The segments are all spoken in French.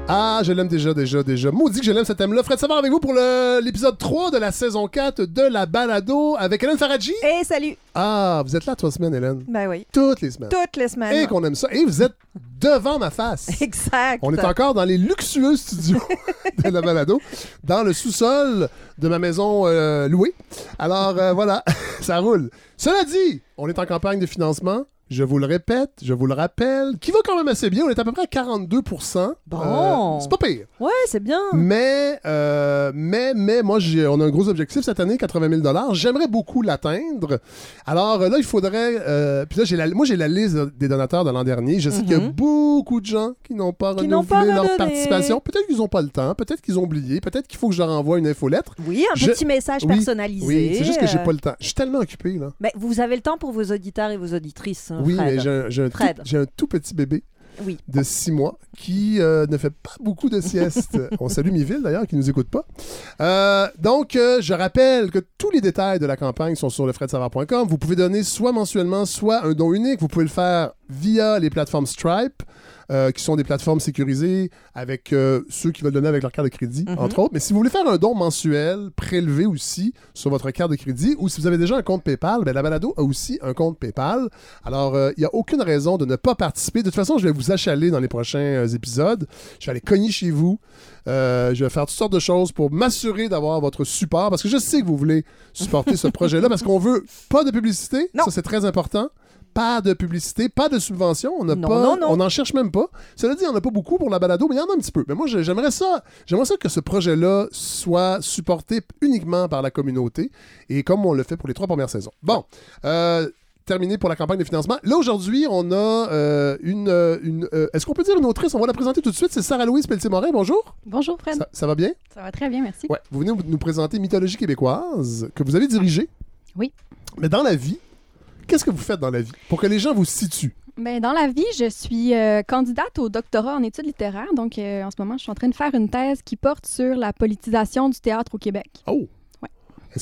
Ah, je l'aime déjà. Maudit que je l'aime ce thème-là. Fred Savard avec vous pour l'épisode 3 de la saison 4 de la balado avec Hélène Faradji. Hey, salut! Ah, vous êtes là 3 semaines, Hélène? Ben oui. Toutes les semaines. Toutes les semaines. Et qu'on aime ça. Et vous êtes devant ma face. Exact. On est encore dans les luxueux studios de la balado, dans le sous-sol de ma maison louée. Alors, voilà, ça roule. Cela dit, on est en campagne de financement. Je vous le répète, je vous le rappelle, qui va quand même assez bien. On est à peu près à 42%. Bon. C'est pas pire. Ouais, c'est bien. Mais moi, on a un gros objectif cette année, 80 000 $. J'aimerais beaucoup l'atteindre. Alors là, il faudrait... puis là, moi, j'ai la liste des donateurs de l'an dernier. Je sais qu'il y a beaucoup de gens qui n'ont pas renouvelé leur participation. Peut-être qu'ils n'ont pas le temps, peut-être qu'ils ont oublié, peut-être qu'il faut que je leur envoie une infolettre. Oui, un petit message personnalisé. Oui, c'est juste que j'ai pas le temps. Je suis tellement occupé, là. Mais vous avez le temps pour vos auditeurs et vos auditrices, oui, Fred. mais j'ai un tout petit bébé. Oui. De 6 mois, qui ne fait pas beaucoup de siestes. On salue Miville, d'ailleurs, qui ne nous écoute pas. Donc, je rappelle que tous les détails de la campagne sont sur lefredsavard.com. Vous pouvez donner soit mensuellement, soit un don unique. Vous pouvez le faire via les plateformes Stripe, qui sont des plateformes sécurisées avec ceux qui veulent donner avec leur carte de crédit, entre autres. Mais si vous voulez faire un don mensuel, prélevé aussi sur votre carte de crédit, ou si vous avez déjà un compte PayPal, ben, la balado a aussi un compte PayPal. Alors, il n'y a aucune raison de ne pas participer. De toute façon, je vais vous achaler dans les prochains épisodes. Je vais aller cogner chez vous. Je vais faire toutes sortes de choses pour m'assurer d'avoir votre support, parce que je sais que vous voulez supporter ce projet-là, parce qu'on veut pas de publicité. Non. Ça, c'est très important. Pas de publicité, pas de subvention. On n'en cherche même pas. Cela dit, il n'y en a pas beaucoup pour la balado, mais il y en a un petit peu. Mais moi, j'aimerais ça que ce projet-là soit supporté uniquement par la communauté, et comme on le fait pour les 3 premières saisons. Bon, terminé pour la campagne de financement. Là, aujourd'hui, on a est-ce qu'on peut dire une autrice? On va la présenter tout de suite. C'est Sarah-Louise Pelletier-Morin. Bonjour. Bonjour, Fred. Ça va bien? Ça va très bien, merci. Ouais. Vous venez nous présenter Mythologie québécoise, que vous avez dirigée. Oui. Mais dans la vie, qu'est-ce que vous faites dans la vie? Pour que les gens vous situent. Bien, dans la vie, je suis candidate au doctorat en études littéraires. Donc, en ce moment, je suis en train de faire une thèse qui porte sur la politisation du théâtre au Québec. Oh! Ouais. Est-ce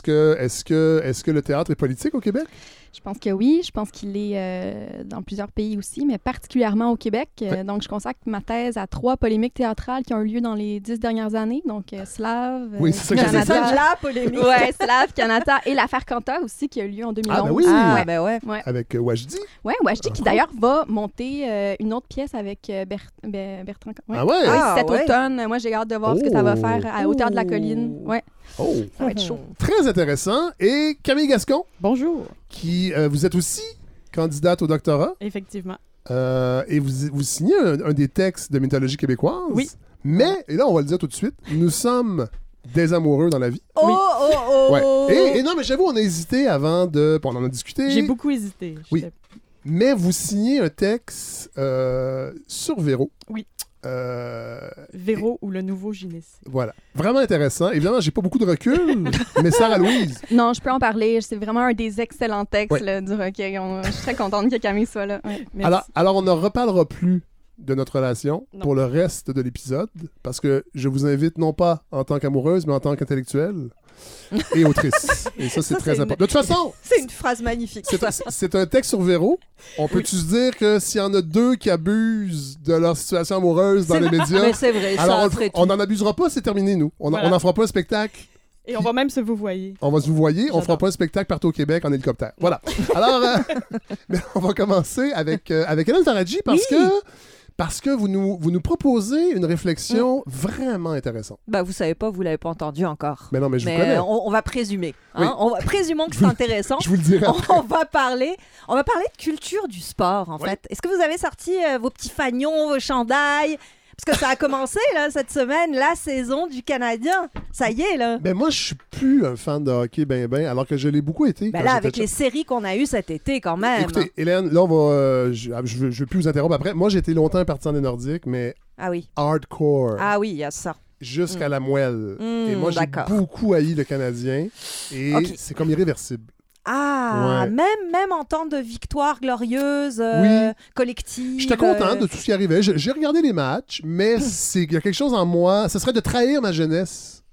que le théâtre est politique au Québec? Je pense que oui. Je pense qu'il est dans plusieurs pays aussi, mais particulièrement au Québec. Donc, je consacre ma thèse à 3 polémiques théâtrales qui ont eu lieu dans les 10 dernières années. Donc, Slave, oui, c'est ça Canada. C'est la polémique. Oui, Slave, Canada et l'affaire Cantor aussi qui a eu lieu en 2011. Ah, ben oui! Ah, ben ouais. Avec Wajdi. Oui, Wajdi qui d'ailleurs va monter une autre pièce avec Bertrand. Ouais. Ah ouais? Cet automne. Moi, j'ai hâte de voir ce que ça va faire à Hauteur de la Colline. Ouais. Oh! Ça va être chaud. Très intéressant. Et Camille Gascon, Bonjour. qui vous êtes aussi candidate au doctorat. Effectivement. Et vous signez un des textes de Mythologie québécoise. Oui. Mais, et là, on va le dire tout de suite, nous sommes des amoureux dans la vie. Oh! Ouais. Et non, mais j'avoue, on a hésité avant de... On en a discuté. J'ai beaucoup hésité. Oui. Mais vous signez un texte sur Véro. Oui. Véro ou le nouveau Gynécée. Voilà. Vraiment intéressant. Évidemment, j'ai pas beaucoup de recul, mais Sarah-Louise. Non, je peux en parler. C'est vraiment un des excellents textes là, du recueil. Je suis très contente que Camille soit là. Ouais. Alors, on ne reparlera plus de notre relation pour le reste de l'épisode, parce que je vous invite non pas en tant qu'amoureuse, mais en tant qu'intellectuelle et autrice. Et ça, c'est très important. De toute façon... C'est une phrase magnifique. C'est un texte sur Véro. On peut-tu se dire que s'il y en a 2 qui abusent de leur situation amoureuse dans les médias... Mais c'est vrai, alors on n'en abusera pas, c'est terminé, nous. On n'en fera pas un spectacle. Et on va même se vouvoyer. On va se vouvoyer. On fera pas un spectacle partout au Québec en hélicoptère. Voilà. Alors, mais on va commencer avec Hélène Faradji parce que vous nous proposez une réflexion vraiment intéressante. Ben, vous savez pas, vous l'avez pas entendu encore. Mais non, mais je vous connais. On va présumer. Hein? Oui. Présumons que c'est intéressant. Je vous le dirai après. On va parler de culture du sport, en fait. Est-ce que vous avez sorti vos petits fagnons, vos chandails? Parce que ça a commencé, là, cette semaine, la saison du Canadien. Ça y est, là. Ben moi, je suis plus un fan de hockey, alors que je l'ai beaucoup été. Ben là, avec les séries qu'on a eues cet été, quand même. Écoutez, Hélène, là, on va... je veux plus vous interrompre après. Moi, j'ai été longtemps un partisan des Nordiques, mais hardcore. Ah oui, il y a ça. Jusqu'à la moelle. Et moi, j'ai beaucoup haï le Canadien. Et c'est comme irréversible. Ah, même en temps de victoire glorieuse, collective. J'étais content de tout ce qui arrivait. J'ai regardé les matchs, mais il y a quelque chose en moi. Ce serait de trahir ma jeunesse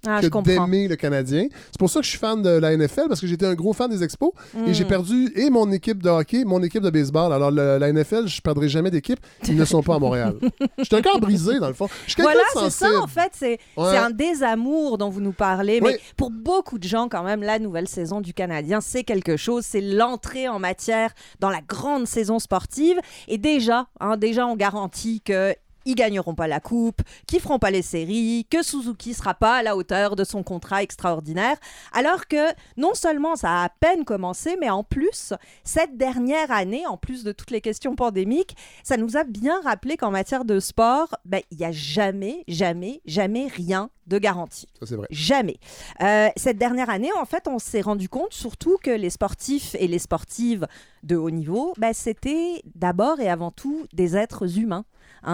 que d'aimer le Canadien. C'est pour ça que je suis fan de la NFL, parce que j'étais un gros fan des Expos et j'ai perdu et mon équipe de hockey, mon équipe de baseball. Alors, la NFL, je ne perdrai jamais d'équipe. Ils ne sont pas à Montréal. Je suis un cœur brisé, dans le fond. Je suis quelqu'un de sensible. C'est ça, en fait. C'est un désamour dont vous nous parlez. Mais pour beaucoup de gens, quand même, la nouvelle saison du Canadien, c'est quelque chose. C'est l'entrée en matière dans la grande saison sportive. Et déjà, on garantit que ils gagneront pas la coupe, qu'ils feront pas les séries, que Suzuki sera pas à la hauteur de son contrat extraordinaire. Alors que non seulement ça a à peine commencé, mais en plus, cette dernière année, en plus de toutes les questions pandémiques, ça nous a bien rappelé qu'en matière de sport, il y a jamais rien de garanti. Ça, c'est vrai. Jamais. Cette dernière année, en fait, on s'est rendu compte surtout que les sportifs et les sportives de haut niveau, c'était d'abord et avant tout des êtres humains.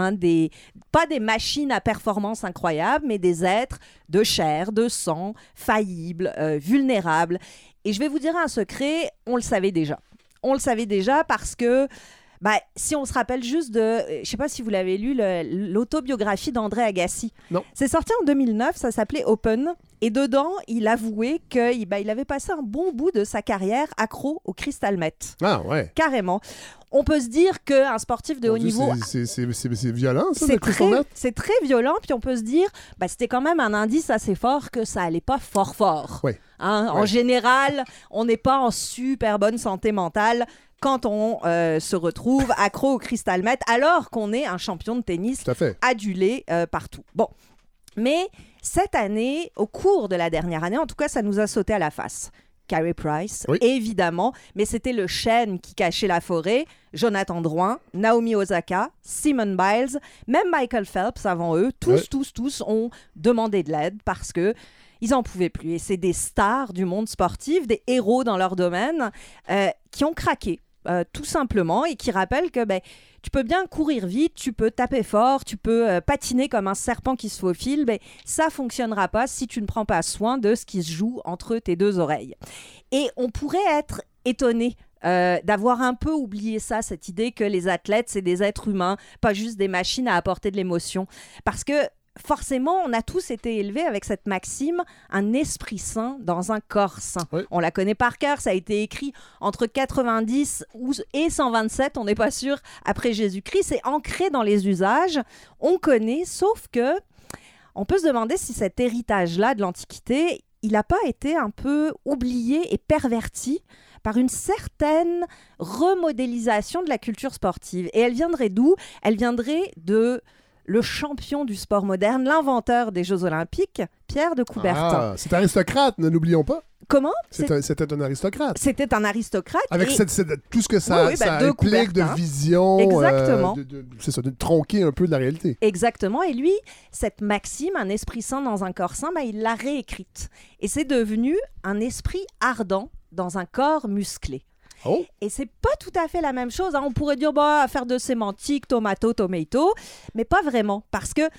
Pas des machines à performance incroyables, mais des êtres de chair, de sang, faillibles, vulnérables. Et je vais vous dire un secret, on le savait déjà. On le savait déjà parce que si on se rappelle juste de... Je ne sais pas si vous l'avez lu, l'autobiographie d'André Agassi. Non. C'est sorti en 2009, ça s'appelait Open. Et dedans, il avouait qu'il avait passé un bon bout de sa carrière accro au crystal meth. Ah ouais. Carrément. On peut se dire qu'un sportif de haut niveau... C'est violent, ça, le crystal meth? C'est très violent. Puis on peut se dire, c'était quand même un indice assez fort que ça allait pas fort. Oui. En général, on n'est pas en super bonne santé mentale quand on se retrouve accro au crystal meth, alors qu'on est un champion de tennis adulé partout. Bon, mais cette année, au cours de la dernière année, en tout cas, ça nous a sauté à la face. Carey Price, évidemment, mais c'était le chêne qui cachait la forêt. Jonathan Drouin, Naomi Osaka, Simone Biles, même Michael Phelps avant eux, tous ont demandé de l'aide parce que ils n'en pouvaient plus. Et c'est des stars du monde sportif, des héros dans leur domaine, qui ont craqué. Tout simplement, et qui rappelle que tu peux bien courir vite, tu peux taper fort, tu peux patiner comme un serpent qui se faufile, ça ne fonctionnera pas si tu ne prends pas soin de ce qui se joue entre tes deux oreilles. Et on pourrait être étonné d'avoir un peu oublié ça, cette idée que les athlètes, c'est des êtres humains, pas juste des machines à apporter de l'émotion. Parce que forcément, on a tous été élevés avec cette maxime, un esprit sain dans un corps sain. Oui. On la connaît par cœur, ça a été écrit entre 90 et 127, on n'est pas sûr, après Jésus-Christ. C'est ancré dans les usages, on connaît, sauf que on peut se demander si cet héritage-là de l'Antiquité, il n'a pas été un peu oublié et perverti par une certaine remodélisation de la culture sportive. Et elle viendrait d'où ? Elle viendrait de... le champion du sport moderne, l'inventeur des Jeux Olympiques, Pierre de Coubertin. Ah, c'est un aristocrate, ne l'oublions pas. Comment ? C'était un aristocrate. C'était un aristocrate. Avec tout ce que ça implique de vision. Exactement. C'est ça, de tronquer un peu de la réalité. Exactement. Et lui, cette maxime, un esprit sain dans un corps sain, il l'a réécrite. Et c'est devenu un esprit ardent dans un corps musclé. Oh. Et c'est pas tout à fait la même chose. On pourrait dire, affaire de sémantique, tomato, mais pas vraiment. Parce que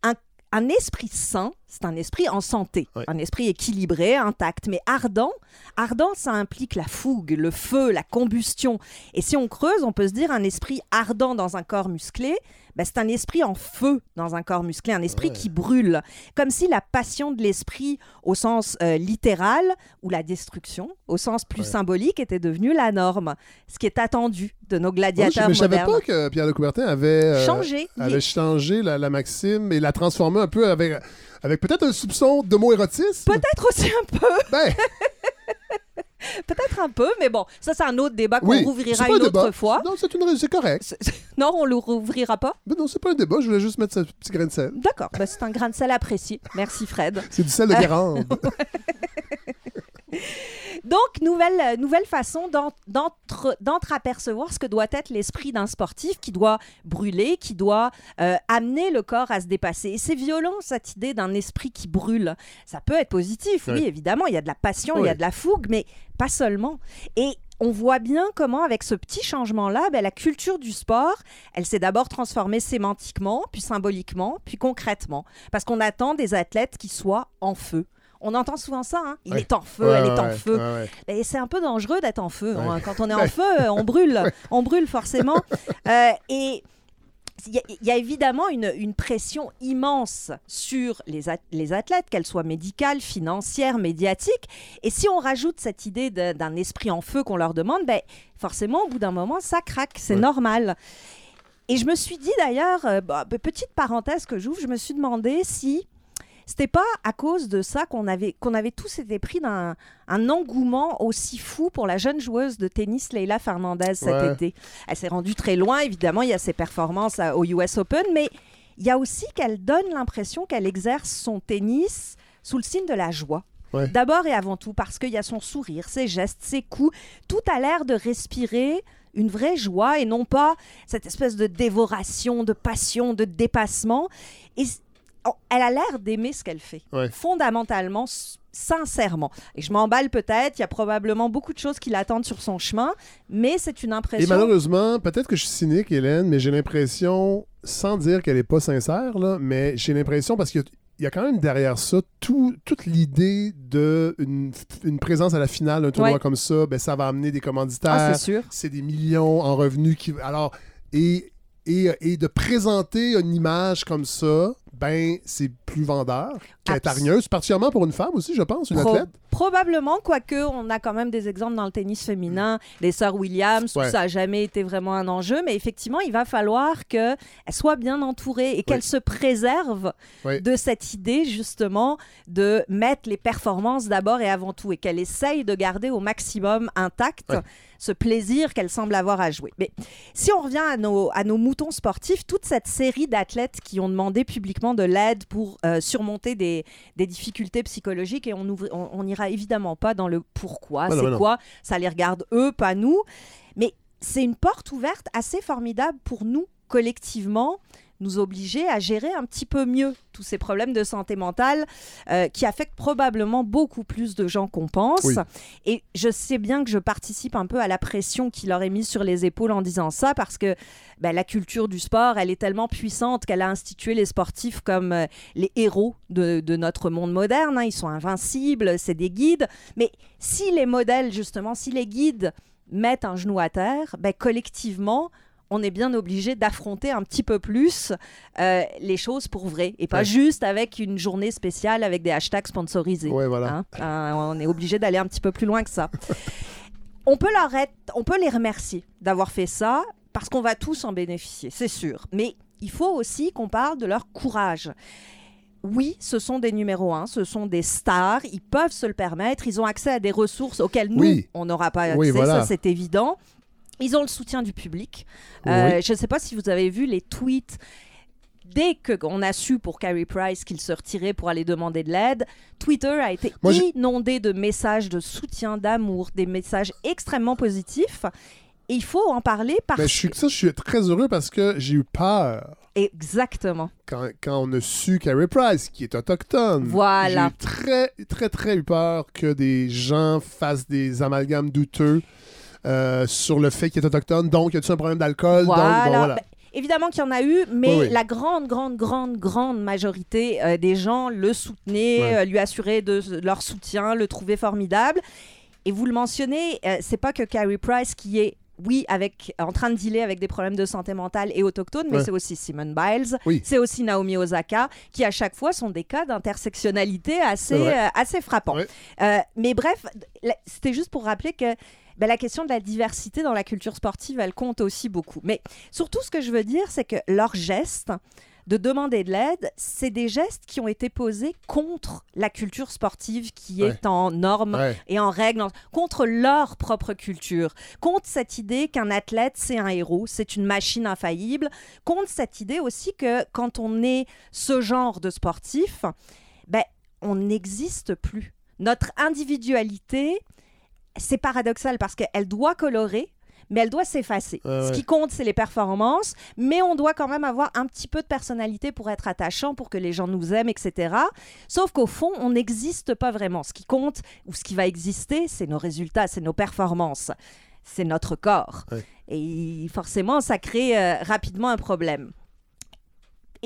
un esprit sain, c'est un esprit en santé, un esprit équilibré, intact, mais ardent, ça implique la fougue, le feu, la combustion. Et si on creuse, on peut se dire un esprit ardent dans un corps musclé, c'est un esprit en feu dans un corps musclé, un esprit qui brûle. Comme si la passion de l'esprit au sens littéral ou la destruction au sens plus symbolique était devenue la norme, ce qui est attendu de nos gladiateurs modernes. Mais je ne savais pas que Pierre de Coubertin avait changé la maxime et la transformé un peu avec peut-être un soupçon d'homoérotisme. Peut-être aussi un peu. Peut-être un peu, mais bon, ça c'est un autre débat qu'on rouvrira une autre fois. Non, c'est correct. Non, on le rouvrira pas. Non, c'est pas un débat, je voulais juste mettre ce petit grain de sel. D'accord, c'est un grain de sel apprécié. Merci Fred. C'est du sel de Guérande. Donc, nouvelle façon d'entreapercevoir ce que doit être l'esprit d'un sportif qui doit brûler, qui doit amener le corps à se dépasser. Et c'est violent, cette idée d'un esprit qui brûle. Ça peut être positif, oui, évidemment. Il y a de la passion, il y a de la fougue, mais pas seulement. Et on voit bien comment, avec ce petit changement-là, la culture du sport, elle s'est d'abord transformée sémantiquement, puis symboliquement, puis concrètement. Parce qu'on attend des athlètes qui soient en feu. On entend souvent ça, hein? Il est en feu, elle est en feu. Et c'est un peu dangereux d'être en feu. Hein. Quand on est en feu, on brûle forcément. Et il y a évidemment une pression immense sur les athlètes, qu'elles soient médicales, financières, médiatiques. Et si on rajoute cette idée d'un esprit en feu qu'on leur demande, forcément, au bout d'un moment, ça craque. C'est normal. Et je me suis dit d'ailleurs, petite parenthèse que j'ouvre, je me suis demandé si c'était pas à cause de ça qu'on avait tous été pris d'un engouement aussi fou pour la jeune joueuse de tennis Leylah Fernandez cet été. Elle s'est rendue très loin, évidemment, il y a ses performances au US Open, mais il y a aussi qu'elle donne l'impression qu'elle exerce son tennis sous le signe de la joie. Ouais. D'abord et avant tout, parce qu'il y a son sourire, ses gestes, ses coups, tout a l'air de respirer une vraie joie et non pas cette espèce de dévoration, de passion, de dépassement. Et elle a l'air d'aimer ce qu'elle fait, fondamentalement, sincèrement. Et je m'emballe peut-être, il y a probablement beaucoup de choses qui l'attendent sur son chemin, mais c'est une impression... Et malheureusement, peut-être que je suis cynique, Hélène, mais j'ai l'impression, sans dire qu'elle n'est pas sincère, là, mais j'ai l'impression, parce qu'il y a quand même derrière ça toute l'idée d'une présence à la finale d'un tournoi comme ça, ça va amener des commanditaires, c'est sûr. C'est des millions en revenus qui... Alors, et de présenter une image comme ça, c'est plus vendeur qu'être hargneuse, particulièrement pour une femme aussi, je pense, une athlète. Probablement, quoique on a quand même des exemples dans le tennis féminin, les sœurs Williams, où ça n'a jamais été vraiment un enjeu, mais effectivement, il va falloir qu'elle soit bien entourée et qu'elle se préserve de cette idée, justement, de mettre les performances d'abord et avant tout, et qu'elle essaye de garder au maximum intact ce plaisir qu'elle semble avoir à jouer. Mais si on revient à nos moutons sportifs, toute cette série d'athlètes qui ont demandé publiquement de l'aide pour surmonter des difficultés psychologiques, et on n'ira évidemment pas dans le pourquoi, quoi, ça les regarde eux, pas nous, mais c'est une porte ouverte assez formidable pour nous, collectivement, nous obliger à gérer un petit peu mieux tous ces problèmes de santé mentale qui affectent probablement beaucoup plus de gens qu'on pense. Oui. Et je sais bien que je participe un peu à la pression qui leur est mise sur les épaules en disant ça, parce que la culture du sport, elle est tellement puissante qu'elle a institué les sportifs comme les héros de notre monde moderne. Ils sont invincibles, c'est des guides. Mais si les modèles, justement, si les guides mettent un genou à terre, collectivement, on est bien obligé d'affronter un petit peu plus les choses pour vrai, et pas juste avec une journée spéciale avec des hashtags sponsorisés. Ouais, voilà. On est obligé d'aller un petit peu plus loin que ça. On peut les remercier d'avoir fait ça, parce qu'on va tous en bénéficier, c'est sûr. Mais il faut aussi qu'on parle de leur courage. Oui, ce sont des numéros 1, ce sont des stars, ils peuvent se le permettre, ils ont accès à des ressources auxquelles nous, on n'aura pas accès, ça c'est évident. Ils ont le soutien du public. Je ne sais pas si vous avez vu les tweets. Dès qu'on a su pour Carey Price qu'il se retirait pour aller demander de l'aide, Twitter a été inondé de messages de soutien, d'amour, des messages extrêmement positifs. Et il faut en parler parce que... je suis très heureux parce que j'ai eu peur. Exactement. Quand on a su Carey Price, qui est autochtone, voilà. J'ai très, très, très eu peur que des gens fassent des amalgames douteux sur le fait qu'il est autochtone, donc y a-t-il un problème d'alcool? Voilà. Donc, voilà. Évidemment qu'il y en a eu, mais la grande majorité des gens le soutenaient, lui assuraient de leur soutien, le trouvaient formidable. Et vous le mentionnez, c'est pas que Carey Price qui est en train de dealer avec des problèmes de santé mentale et autochtone, mais c'est aussi Simone Biles, c'est aussi Naomi Osaka, qui à chaque fois sont des cas d'intersectionnalité assez frappants. Mais bref, c'était juste pour rappeler que la question de la diversité dans la culture sportive, elle compte aussi beaucoup. Mais surtout, ce que je veux dire, c'est que leurs gestes de demander de l'aide, c'est des gestes qui ont été posés contre la culture sportive qui est en normes et en règles, contre leur propre culture, contre cette idée qu'un athlète, c'est un héros, c'est une machine infaillible, contre cette idée aussi que quand on est ce genre de sportif, on n'existe plus. Notre individualité, c'est paradoxal parce qu'elle doit colorer, mais elle doit s'effacer. Ce qui compte, c'est les performances, mais on doit quand même avoir un petit peu de personnalité pour être attachant, pour que les gens nous aiment, etc. Sauf qu'au fond, on n'existe pas vraiment. Ce qui compte, ou ce qui va exister, c'est nos résultats, c'est nos performances, c'est notre corps. Et forcément, ça crée rapidement un problème. Et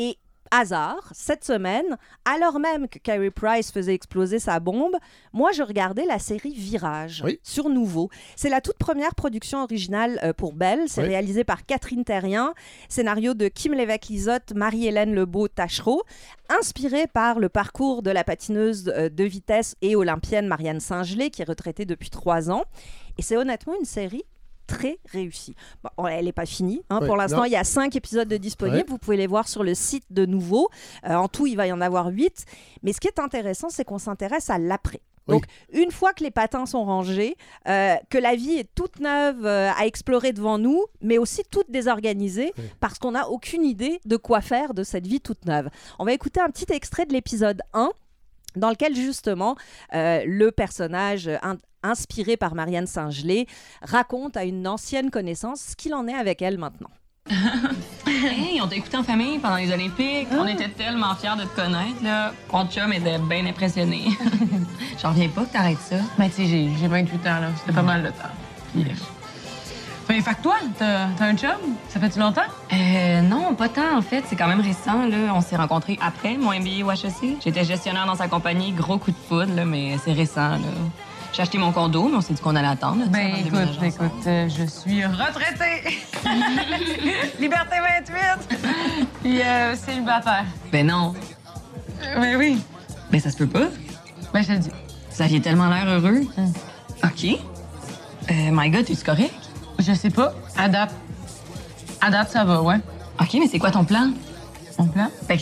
hasard, cette semaine, alors même que Carey Price faisait exploser sa bombe, moi, je regardais la série Virage sur Nouveau. C'est la toute première production originale pour Bell. C'est réalisé par Catherine Terrien, scénario de Kim Lévesque-Lizotte, Marie-Hélène Lebeau-Tachereau, inspiré par le parcours de la patineuse de vitesse et olympienne Marianne Saint-Gelais, qui est retraitée depuis 3 ans. Et c'est honnêtement une série très réussie. Bon, elle n'est pas finie. Pour l'instant, il y a 5 épisodes de disponibles. Vous pouvez les voir sur le site de Nouveau. En tout, il va y en avoir 8. Mais ce qui est intéressant, c'est qu'on s'intéresse à l'après. Donc, une fois que les patins sont rangés, que la vie est toute neuve à explorer devant nous, mais aussi toute désorganisée, parce qu'on n'a aucune idée de quoi faire de cette vie toute neuve. On va écouter un petit extrait de l'épisode 1, dans lequel, justement, le personnage inspiré par Marianne Saint-Gelais raconte à une ancienne connaissance ce qu'il en est avec elle maintenant. Hey, on t'a écouté en famille pendant les Olympiques. On était tellement fiers de te connaître, là. Mon chum était bien impressionné. J'en reviens pas que t'arrêtes ça. Ben, tu sais, j'ai 28 ans, là. C'était pas mal de temps. Puis, fait que toi, t'as un chum? Ça fait-tu longtemps? Non, pas tant, en fait. C'est quand même récent, là. On s'est rencontrés après mon MBA au HEC. J'étais gestionnaire dans sa compagnie. Gros coup de foudre, là, mais c'est récent, là. J'ai acheté mon condo, mais on s'est dit qu'on allait attendre. Là, ben, écoute, je suis retraitée. Liberté 28. Puis célibataire. Ben non. Ben oui. Ben ça se peut pas. Ben je te le dis. Vous aviez tellement l'air heureux. OK. My God, es-tu correct? Je sais pas. À date, ça va, ouais. OK, mais c'est quoi ton plan? Mon plan? Ben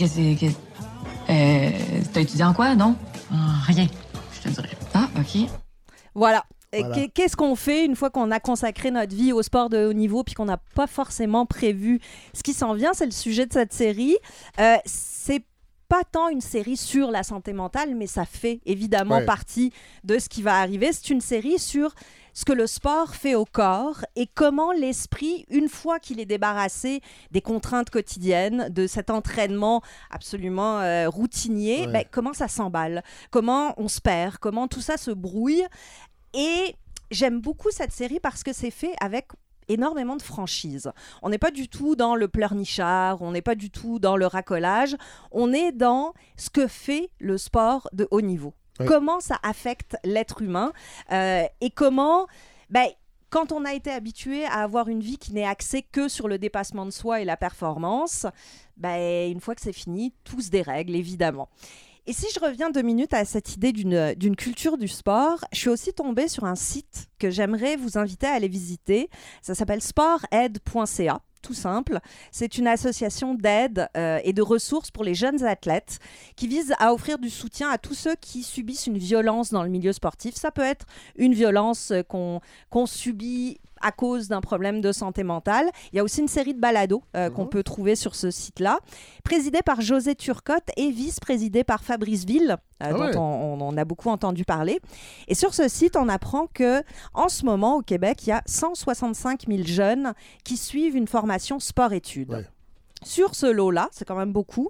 t'as étudié en quoi, non? Rien, je te dirais. Ah, OK. Voilà. Qu'est-ce qu'on fait une fois qu'on a consacré notre vie au sport de haut niveau puis qu'on n'a pas forcément prévu ce qui s'en vient? C'est le sujet de cette série. C'est pas tant une série sur la santé mentale, mais ça fait évidemment partie de ce qui va arriver. C'est une série sur ce que le sport fait au corps et comment l'esprit, une fois qu'il est débarrassé des contraintes quotidiennes, de cet entraînement absolument routinier, comment ça s'emballe, comment on se perd, comment tout ça se brouille. Et j'aime beaucoup cette série parce que c'est fait avec énormément de franchise. On n'est pas du tout dans le pleurnichard, on n'est pas du tout dans le racolage, on est dans ce que fait le sport de haut niveau. Comment ça affecte l'être humain et comment, quand on a été habitué à avoir une vie qui n'est axée que sur le dépassement de soi et la performance, une fois que c'est fini, tout se dérègle, évidemment. Et si je reviens 2 minutes à cette idée d'une culture du sport, je suis aussi tombée sur un site que j'aimerais vous inviter à aller visiter. Ça s'appelle sportaide.ca. Tout simple. C'est une association d'aide et de ressources pour les jeunes athlètes qui vise à offrir du soutien à tous ceux qui subissent une violence dans le milieu sportif. Ça peut être une violence qu'on subit à cause d'un problème de santé mentale. Il y a aussi une série de balados qu'on peut trouver sur ce site-là, présidée par José Turcotte et vice-présidée par Fabrice Ville, dont on a beaucoup entendu parler. Et sur ce site, on apprend qu'en ce moment, au Québec, il y a 165 000 jeunes qui suivent une formation sport-études. Sur ce lot-là, c'est quand même beaucoup,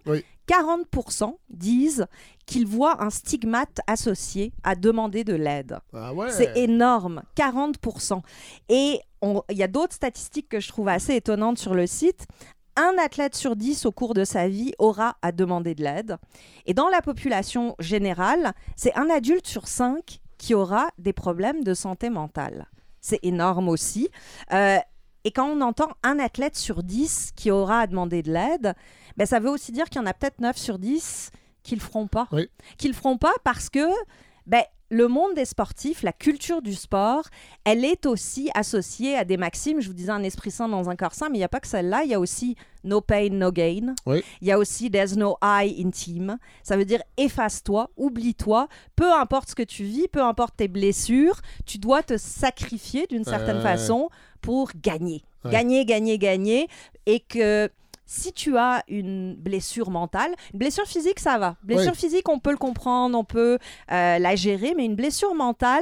40% disent qu'ils voient un stigmate associé à demander de l'aide. C'est énorme, 40%. Et il y a d'autres statistiques que je trouve assez étonnantes sur le site. Un athlète sur 10 au cours de sa vie aura à demander de l'aide. Et dans la population générale, c'est un adulte sur 5 qui aura des problèmes de santé mentale. C'est énorme aussi. Et quand on entend un athlète sur 10 qui aura à demander de l'aide, ça veut aussi dire qu'il y en a peut-être 9 sur 10 qui ne le feront pas. Qui ne le feront pas parce que le monde des sportifs, la culture du sport, elle est aussi associée à des maximes. Je vous disais un esprit sain dans un corps sain, mais il n'y a pas que celle-là. Il y a aussi no pain, no gain. Il y a aussi there's no I in team. Ça veut dire efface-toi, oublie-toi. Peu importe ce que tu vis, peu importe tes blessures, tu dois te sacrifier d'une certaine façon pour gagner. Gagner. Et que si tu as une blessure mentale, une blessure physique, ça va. Blessure physique, on peut le comprendre, on peut la gérer, mais une blessure mentale,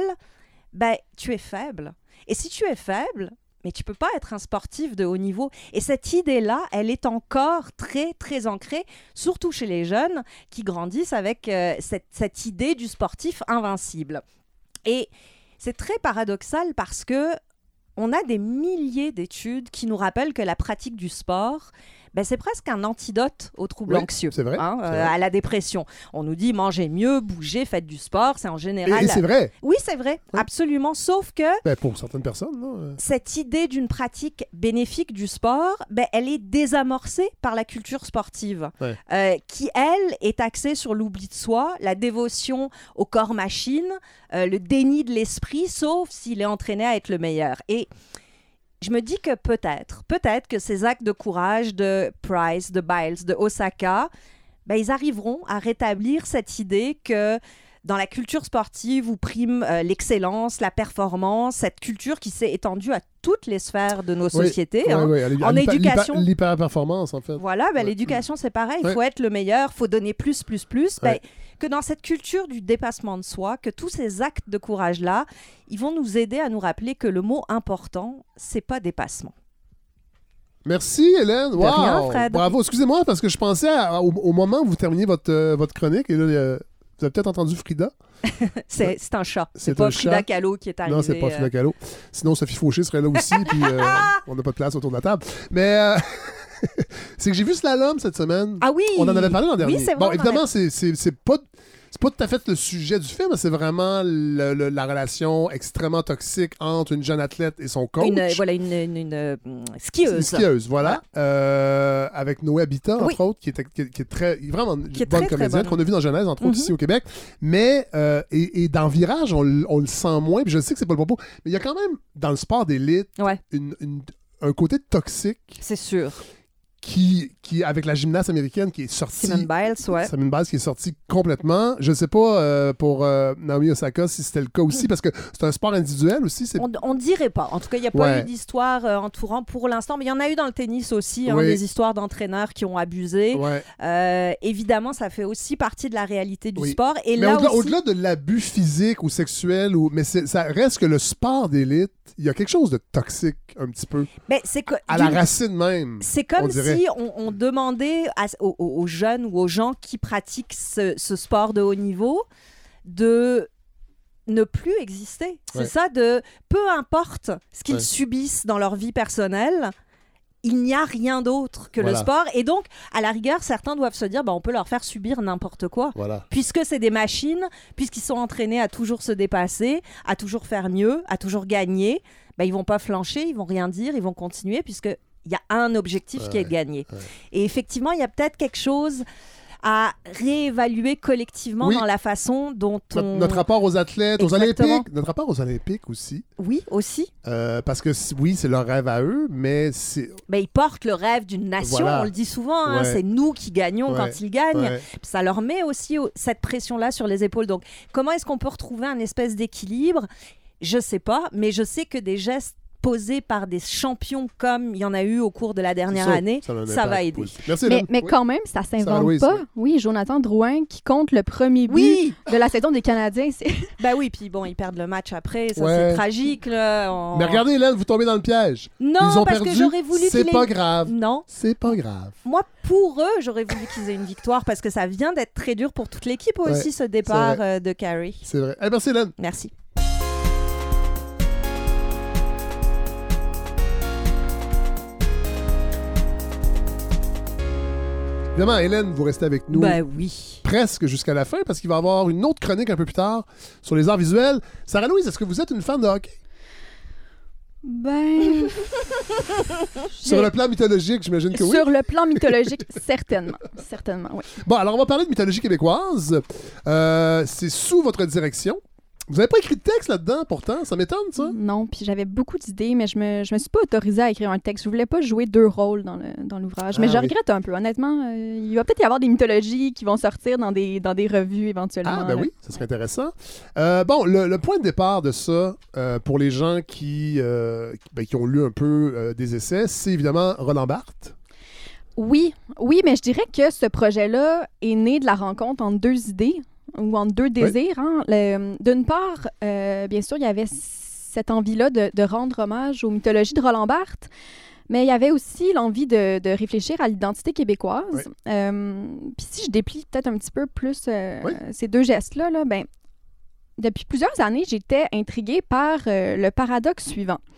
tu es faible. Et si tu es faible, mais tu peux pas être un sportif de haut niveau. Et cette idée-là, elle est encore très, très ancrée, surtout chez les jeunes qui grandissent avec cette idée du sportif invincible. Et c'est très paradoxal parce que on a des milliers d'études qui nous rappellent que la pratique du sport, c'est presque un antidote aux troubles anxieux, c'est vrai, c'est vrai. À la dépression. On nous dit mangez mieux, bougez, faites du sport, c'est en général... Et c'est vrai. Oui, c'est vrai, absolument, sauf que... pour certaines personnes, non? Cette idée d'une pratique bénéfique du sport, elle est désamorcée par la culture sportive, qui, elle, est axée sur l'oubli de soi, la dévotion au corps-machine, le déni de l'esprit, sauf s'il est entraîné à être le meilleur. Et je me dis que peut-être que ces actes de courage de Price, de Biles, de Osaka, ils arriveront à rétablir cette idée que dans la culture sportive où prime l'excellence, la performance, cette culture qui s'est étendue à toutes les sphères de nos sociétés. En éducation... L'hyper-performance, en fait. Voilà, l'éducation, c'est pareil. Il faut être le meilleur, il faut donner plus. Que dans cette culture du dépassement de soi, que tous ces actes de courage-là, ils vont nous aider à nous rappeler que le mot important, c'est pas dépassement. Merci, Hélène. De rien, Fred. Bravo. Excusez-moi, parce que je pensais au moment où vous terminiez votre chronique, et là, vous avez peut-être entendu Frida. C'est un chat. C'est pas Frida Kahlo qui est arrivée. Non, c'est pas Frida Kahlo. Sinon, Sophie Fauché serait là aussi, puis on n'a pas de place autour de la table. Mais c'est que j'ai vu Slalom cette semaine. Ah oui! On en avait parlé l'an dernier. Oui, c'est vrai. Bon, évidemment, c'est pas tout à fait le sujet du film, c'est vraiment la relation extrêmement toxique entre une jeune athlète et son coach. Une skieuse. Une skieuse, voilà. Avec Noé Habitat, entre autres, qui est vraiment une bonne comédienne, qu'on a vu dans Genèse, entre autres, ici au Québec. Mais, et dans Virage, on le sent moins, puis je sais que c'est pas le propos, mais il y a quand même, dans le sport d'élite, un côté toxique. C'est sûr. Qui, avec la gymnaste américaine qui est sortie... Simone Biles qui est sortie complètement. Je ne sais pas pour Naomi Osaka si c'était le cas aussi, parce que c'est un sport individuel aussi. On ne dirait pas. En tout cas, il n'y a pas eu d'histoire entourant pour l'instant, mais il y en a eu dans le tennis aussi, des histoires d'entraîneurs qui ont abusé. Évidemment, ça fait aussi partie de la réalité du sport. Et mais là au-delà de l'abus physique ou sexuel, mais ça reste que le sport d'élite, il y a quelque chose de toxique un petit peu. À la racine même. C'est comme si on demandait aux jeunes ou aux gens qui pratiquent ce sport de haut niveau de ne plus exister. C'est ça, de peu importe ce qu'ils subissent dans leur vie personnelle, il n'y a rien d'autre que le sport. Et donc, à la rigueur, certains doivent se dire on peut leur faire subir n'importe quoi. Puisque c'est des machines, puisqu'ils sont entraînés à toujours se dépasser, à toujours faire mieux, à toujours gagner, ils vont pas flancher, ils vont rien dire, ils vont continuer, puisque il y a un objectif qui est de gagner. Et effectivement, il y a peut-être quelque chose à réévaluer collectivement dans la façon dont notre rapport aux athlètes, aux Olympiques. Notre rapport aux Olympiques aussi. Oui, aussi. Parce que c'est leur rêve à eux, mais c'est... ils portent le rêve d'une nation, on le dit souvent, c'est nous qui gagnons quand ils gagnent. Ça leur met aussi cette pression-là sur les épaules. Donc, comment est-ce qu'on peut retrouver un espèce d'équilibre ? Je sais pas, mais je sais que des gestes posés par des champions comme il y en a eu au cours de la dernière année, ça va aider. Merci, mais quand même, ça s'invente pas. Oui, Jonathan Drouin qui compte le premier but de la saison des Canadiens. Oui, puis ils perdent le match après, ça c'est tragique. Là, Mais regardez, Hélène, vous tombez dans le piège. Non, ils ont parce perdu, que j'aurais voulu c'est pas grave. Non. C'est pas grave. Moi, pour eux, j'aurais voulu qu'ils aient une victoire parce que ça vient d'être très dur pour toute l'équipe aussi, ce départ de Carey. C'est vrai. Merci, Hélène. Merci. Évidemment, Hélène, vous restez avec nous presque jusqu'à la fin parce qu'il va y avoir une autre chronique un peu plus tard sur les arts visuels. Sarah-Louise, est-ce que vous êtes une fan de hockey? Sur le plan mythologique, j'imagine que oui. Sur le plan mythologique, certainement. Certainement, oui. Bon, alors on va parler de mythologie québécoise. C'est sous votre direction. Vous n'avez pas écrit de texte là-dedans, pourtant? Ça m'étonne, ça? Non, puis j'avais beaucoup d'idées, mais je me suis pas autorisée à écrire un texte. Je voulais pas jouer 2 rôles dans l'ouvrage. Mais je regrette un peu, honnêtement. Il va peut-être y avoir des mythologies qui vont sortir dans des revues, éventuellement. Oui, ça serait intéressant. Le point de départ de ça, pour les gens qui ont lu un peu des essais, c'est évidemment Roland Barthes. Oui, mais je dirais que ce projet-là est né de la rencontre entre 2 idées, ou entre 2 désirs. D'une part, bien sûr, il y avait cette envie-là de rendre hommage aux mythologies de Roland Barthes, mais il y avait aussi l'envie de réfléchir à l'identité québécoise. Puis si je déplie peut-être un petit peu plus ces 2 gestes-là, depuis plusieurs années, j'étais intriguée par le paradoxe suivant.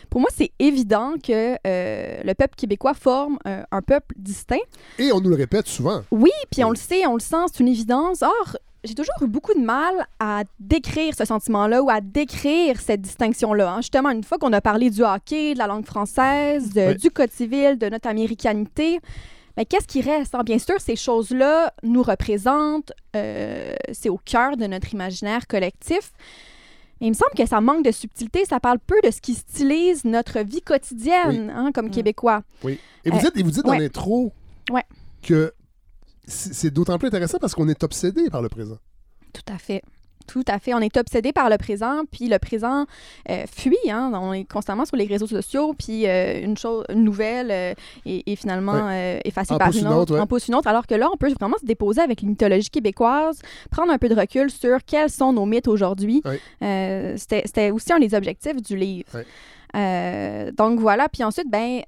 pour moi, c'est évident que le peuple québécois forme un peuple distinct. Et on nous le répète souvent. Oui, puis on le sait, on le sent, c'est une évidence. Or, j'ai toujours eu beaucoup de mal à décrire ce sentiment-là ou à décrire cette distinction-là. Hein. Justement, une fois qu'on a parlé du hockey, de la langue française, du code civil, de notre américanité, mais qu'est-ce qui reste? Hein? Bien sûr, ces choses-là nous représentent, c'est au cœur de notre imaginaire collectif. Mais il me semble que ça manque de subtilité, ça parle peu de ce qui stylise notre vie quotidienne comme Québécois. Oui. Et vous dites dans l'intro que c'est d'autant plus intéressant parce qu'on est obsédé par le présent. Tout à fait. Tout à fait. On est obsédé par le présent, puis le présent fuit. Hein? On est constamment sur les réseaux sociaux, puis une nouvelle est finalement effacée par une autre, en pousse une autre. Alors que là, on peut vraiment se déposer avec une mythologie québécoise, prendre un peu de recul sur quels sont nos mythes aujourd'hui. Oui. C'était aussi un des objectifs du livre. Oui. Donc voilà, puis ensuite,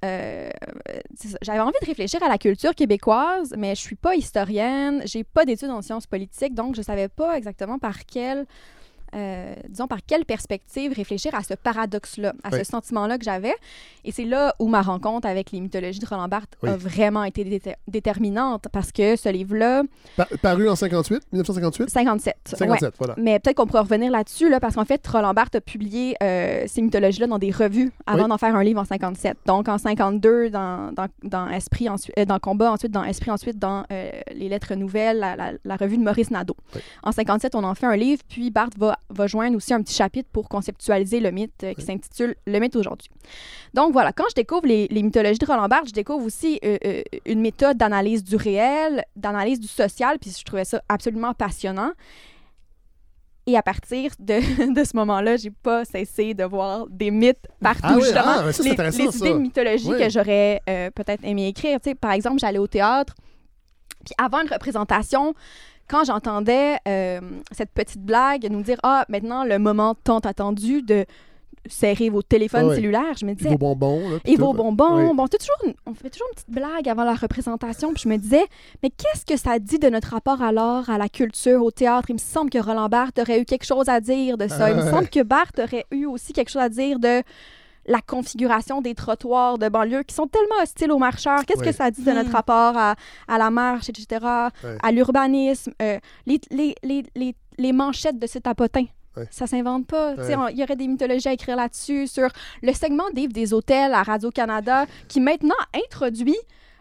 j'avais envie de réfléchir à la culture québécoise, mais je suis pas historienne, j'ai pas d'études en sciences politiques, donc je savais pas exactement par quelle perspective réfléchir à ce paradoxe-là, à ce sentiment-là que j'avais. Et c'est là où ma rencontre avec les mythologies de Roland Barthes a vraiment été déterminante, parce que ce livre-là... Paru en 1958? 57, voilà. Mais peut-être qu'on pourra revenir là-dessus, parce qu'en fait, Roland Barthes a publié ces mythologies-là dans des revues avant d'en faire un livre en 57. Donc, en 52, dans Esprit, dans Combat, ensuite dans Esprit, ensuite dans Les Lettres Nouvelles, la revue de Maurice Nadeau. Oui. En 57, on en fait un livre, puis Barthes va joindre aussi un petit chapitre pour conceptualiser le mythe qui s'intitule « Le mythe aujourd'hui ». Donc voilà, quand je découvre les mythologies de Roland Barthes, je découvre aussi une méthode d'analyse du réel, d'analyse du social, puis je trouvais ça absolument passionnant. Et à partir de ce moment-là, j'ai pas cessé de voir des mythes partout. Justement, les idées de mythologie que j'aurais peut-être aimé écrire. Tu sais, par exemple, j'allais au théâtre, puis avant une représentation, quand j'entendais cette petite blague nous dire « Ah, maintenant, le moment tant attendu de serrer vos téléphones cellulaires », je me disais... Et vos bonbons. Là, et vos bonbons. Oui. Bon, on fait toujours une petite blague avant la représentation, puis je me disais « Mais qu'est-ce que ça dit de notre rapport alors à la culture, au théâtre? » Il me semble que Roland Barthes aurait eu quelque chose à dire de ça. Il me semble que Barthes aurait eu aussi quelque chose à dire de... la configuration des trottoirs de banlieue qui sont tellement hostiles aux marcheurs. Qu'est-ce que ça dit de notre rapport à la marche, etc., à l'urbanisme, les manchettes de cet apotin. Ça s'invente pas. Il y aurait des mythologies à écrire là-dessus, sur le segment d'Yves des hôtels à Radio-Canada qui maintenant introduit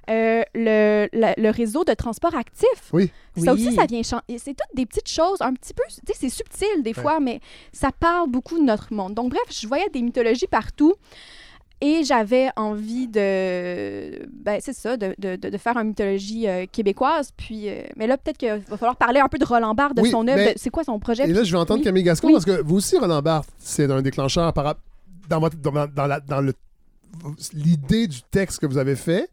le réseau de transport actif. Oui. Ça aussi, ça vient changer. C'est toutes des petites choses, un petit peu... Tu sais, c'est subtil des fois, mais ça parle beaucoup de notre monde. Donc, bref, je voyais des mythologies partout et j'avais envie de... c'est ça, de faire une mythologie québécoise. Puis, mais là, peut-être qu'il va falloir parler un peu de Roland Barthes, de son œuvre. C'est quoi son projet? Et là, je vais entendre Camille Gascon, parce que vous aussi, Roland Barthes, c'est un déclencheur dans l'idée du texte que vous avez fait.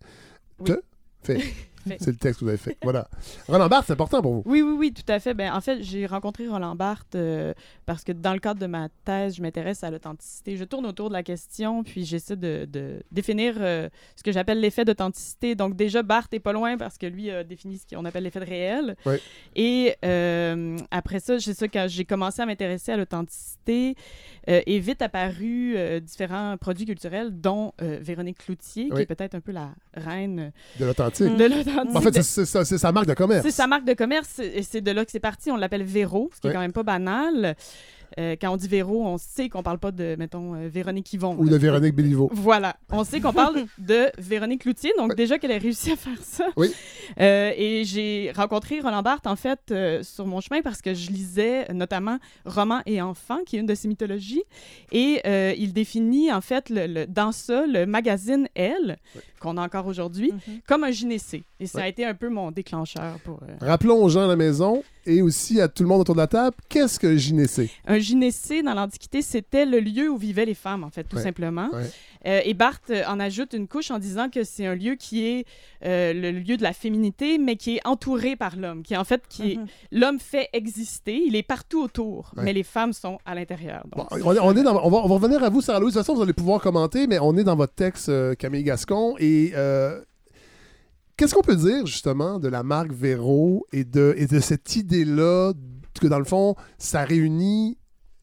C'est le texte que vous avez fait. Voilà. Roland Barthes, c'est important pour vous. Oui, tout à fait. En fait, j'ai rencontré Roland Barthes parce que dans le cadre de ma thèse, je m'intéresse à l'authenticité. Je tourne autour de la question, puis j'essaie de définir ce que j'appelle l'effet d'authenticité. Donc déjà, Barthes n'est pas loin parce que lui a défini ce qu'on appelle l'effet de réel. Oui. Et après ça, c'est ça, quand j'ai commencé à m'intéresser à l'authenticité, est vite apparu différents produits culturels, dont Véronique Cloutier, qui est peut-être un peu la reine de l'authentique. En fait, c'est sa marque de commerce. C'est sa marque de commerce et c'est de là que c'est parti. On l'appelle Véro, ce qui est quand même pas banal. Quand on dit Véro, on sait qu'on parle pas de, mettons, Véronique Yvon. Ou de Véronique Béliveau. Voilà. On sait qu'on parle de Véronique Cloutier, donc déjà qu'elle a réussi à faire ça. Oui. Et j'ai rencontré Roland Barthes, en fait, sur mon chemin parce que je lisais notamment Roman et enfants, qui est une de ses mythologies. Et il définit, en fait, dans ça, le magazine Elle, qu'on a encore aujourd'hui, comme un gynécée. Et ça a été un peu mon déclencheur pour... Rappelons aux gens à la maison et aussi à tout le monde autour de la table, qu'est-ce que gynécée? Un gynécée, dans l'Antiquité, c'était le lieu où vivaient les femmes, en fait, tout simplement. Et Barthes en ajoute une couche en disant que c'est un lieu qui est le lieu de la féminité, mais qui est entouré par l'homme, qui en fait, l'homme fait exister, il est partout autour, mais les femmes sont à l'intérieur. Donc, on va revenir à vous, Sarah-Louise. De toute façon, vous allez pouvoir commenter, mais on est dans votre texte, Camille Gascon, et qu'est-ce qu'on peut dire, justement, de la marque Véro et de cette idée-là, que dans le fond, ça réunit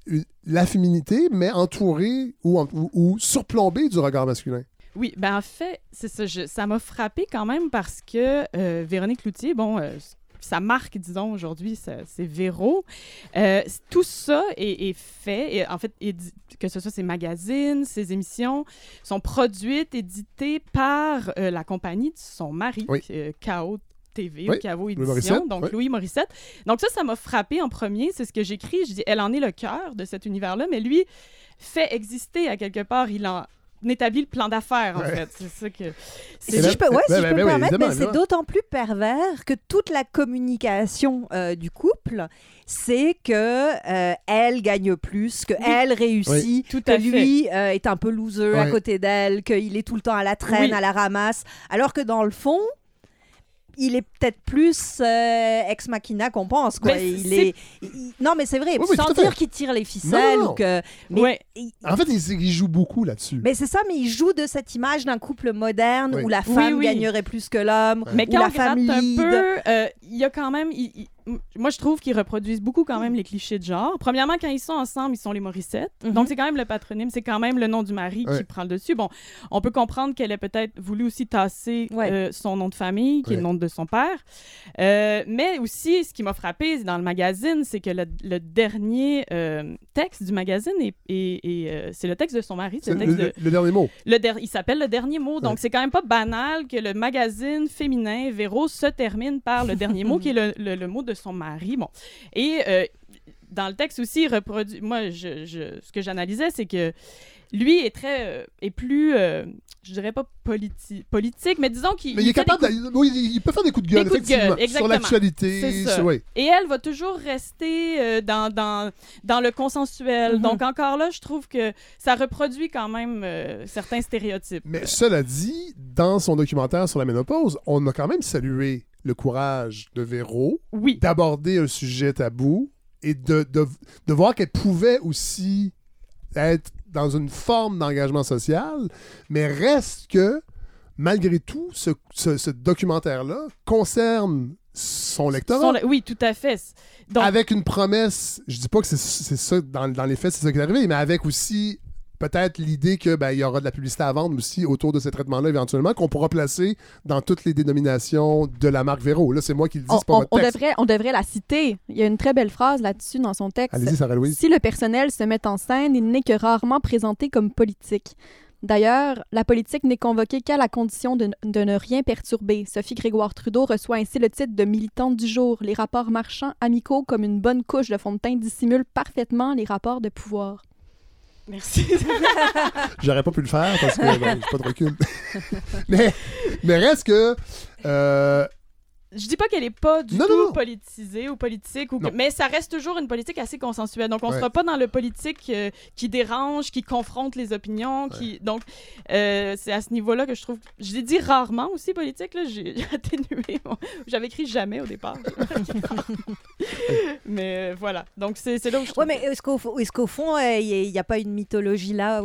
la féminité, mais entourée ou surplombée du regard masculin. Oui, ben en fait, c'est ça. Ça m'a frappée quand même parce que Véronique Cloutier, sa marque, disons, aujourd'hui, c'est Véro. Tout ça est fait, et en fait, que ce soit ses magazines, ses émissions, sont produites, éditées par la compagnie de son mari, KO TV, ou KO Édition, donc Louis Morissette. Donc ça m'a frappée en premier, c'est ce que j'écris. Je dis, elle en est le cœur de cet univers-là, mais lui fait exister à quelque part, il en établit le plan d'affaires, en fait. C'est ça que... Si je peux me permettre, mais c'est d'autant plus pervers que toute la communication du couple, c'est que elle gagne plus, que elle réussit, que lui est un peu loser à côté d'elle, qu'il est tout le temps à la traîne, à la ramasse, alors que dans le fond, il est peut-être plus ex machina qu'on pense, quoi. Non, mais c'est vrai, sans dire qu'il tire les ficelles. Non. Ou que... En fait, il joue beaucoup là-dessus. Mais c'est ça, mais il joue de cette image d'un couple moderne où la femme gagnerait plus que l'homme, mais où quand la on femme gratte lead. un peu, il y a quand même... Moi, je trouve qu'ils reproduisent beaucoup quand même les clichés de genre. Premièrement, quand ils sont ensemble, ils sont les Morissette. Donc, c'est quand même le patronyme, c'est quand même le nom du mari qui prend le dessus. Bon, on peut comprendre qu'elle ait peut-être voulu aussi tasser son nom de famille, qui est le nom de son père. Mais aussi, ce qui m'a frappé dans le magazine, c'est que le dernier texte du magazine, c'est le texte de son mari. C'est le dernier mot. Il s'appelle Le Dernier Mot. Donc, c'est quand même pas banal que le magazine féminin Véro se termine par le dernier mot, qui est le mot de son mari. Bon. Et dans le texte aussi, il reproduit... Moi, ce que j'analysais, c'est que lui est plus, je dirais pas politique, mais disons qu'il... Mais il est capable il peut faire des coups de gueule, effectivement, sur l'actualité. Et elle va toujours rester dans le consensuel. Donc, encore là, je trouve que ça reproduit quand même certains stéréotypes. Mais cela dit, dans son documentaire sur la ménopause, on a quand même salué le courage de Véro d'aborder un sujet tabou et de voir qu'elle pouvait aussi être dans une forme d'engagement social, mais reste que, malgré tout, ce documentaire-là concerne son lectorat. Oui, tout à fait. Donc, avec une promesse, je dis pas que c'est ça, dans les faits, c'est ça qui est arrivé, mais avec aussi peut-être l'idée que il y aura de la publicité à vendre aussi autour de ces traitements-là éventuellement, qu'on pourra placer dans toutes les dénominations de la marque Véro. Là, c'est moi qui le dis, c'est pas votre texte. On devrait la citer. Il y a une très belle phrase là-dessus dans son texte. Allez-y, Sarah-Louise. Si le personnel se met en scène, il n'est que rarement présenté comme politique. D'ailleurs, la politique n'est convoquée qu'à la condition de ne rien perturber. Sophie Grégoire Trudeau reçoit ainsi le titre de militante du jour. Les rapports marchands amicaux, comme une bonne couche de fond de teint, dissimulent parfaitement les rapports de pouvoir. Merci. J'aurais pas pu le faire parce que j'ai pas de recul. mais reste que... Je dis pas qu'elle est pas du tout politisée ou politique, mais ça reste toujours une politique assez consensuelle. Donc, on sera pas dans le politique qui dérange, qui confronte les opinions. Donc, c'est à ce niveau-là que je trouve... Je l'ai dit rarement aussi, politique. Là, j'ai atténué. J'avais écrit jamais au départ. Mais voilà. Donc, c'est là où je trouve... Oui, mais est-ce qu'au fond, il n'y a pas une mythologie là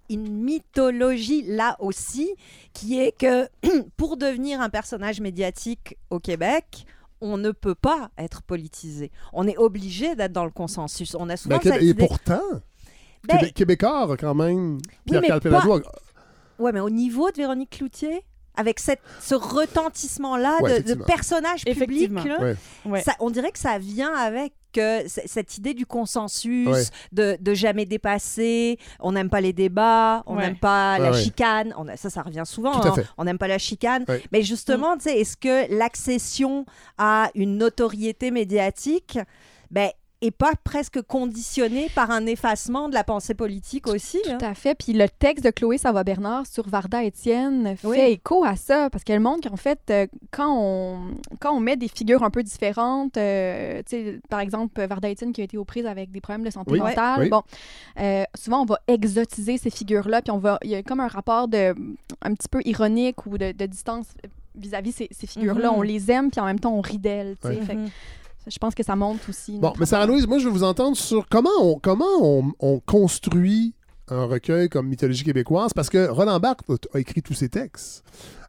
aussi, qui est que pour devenir un personnage médiatique au Québec, on ne peut pas être politisé. On est obligé d'être dans le consensus. On a souvent cette idée... Et pourtant, Québécois, quand même, Pierre-Carl Péladeau... Oui, mais au niveau de Véronique Cloutier, avec ce retentissement-là de personnage public, là, on dirait que ça vient avec cette idée du consensus, de jamais dépasser, on n'aime pas les débats, on n'aime pas la chicane, ça revient souvent, on n'aime pas la chicane, mais justement, est-ce que l'accession à une notoriété médiatique, et pas presque conditionné par un effacement de la pensée politique aussi. Tout à fait. Puis le texte de Chloé Savoie-Bernard sur Varda Étienne fait écho à ça, parce qu'elle montre qu'en fait, quand on met des figures un peu différentes, par exemple, Varda Étienne qui a été aux prises avec des problèmes de santé mentale, souvent on va exotiser ces figures-là, puis il y a comme un rapport un petit peu ironique ou de distance vis-à-vis ces figures-là. On les aime, puis en même temps, on rit d'elles. Je pense que ça monte aussi. Bon, mais Sarah-Louise, moi, je veux vous entendre sur comment on construit un recueil comme Mythologie québécoise, parce que Roland Barthes a écrit tous ses textes.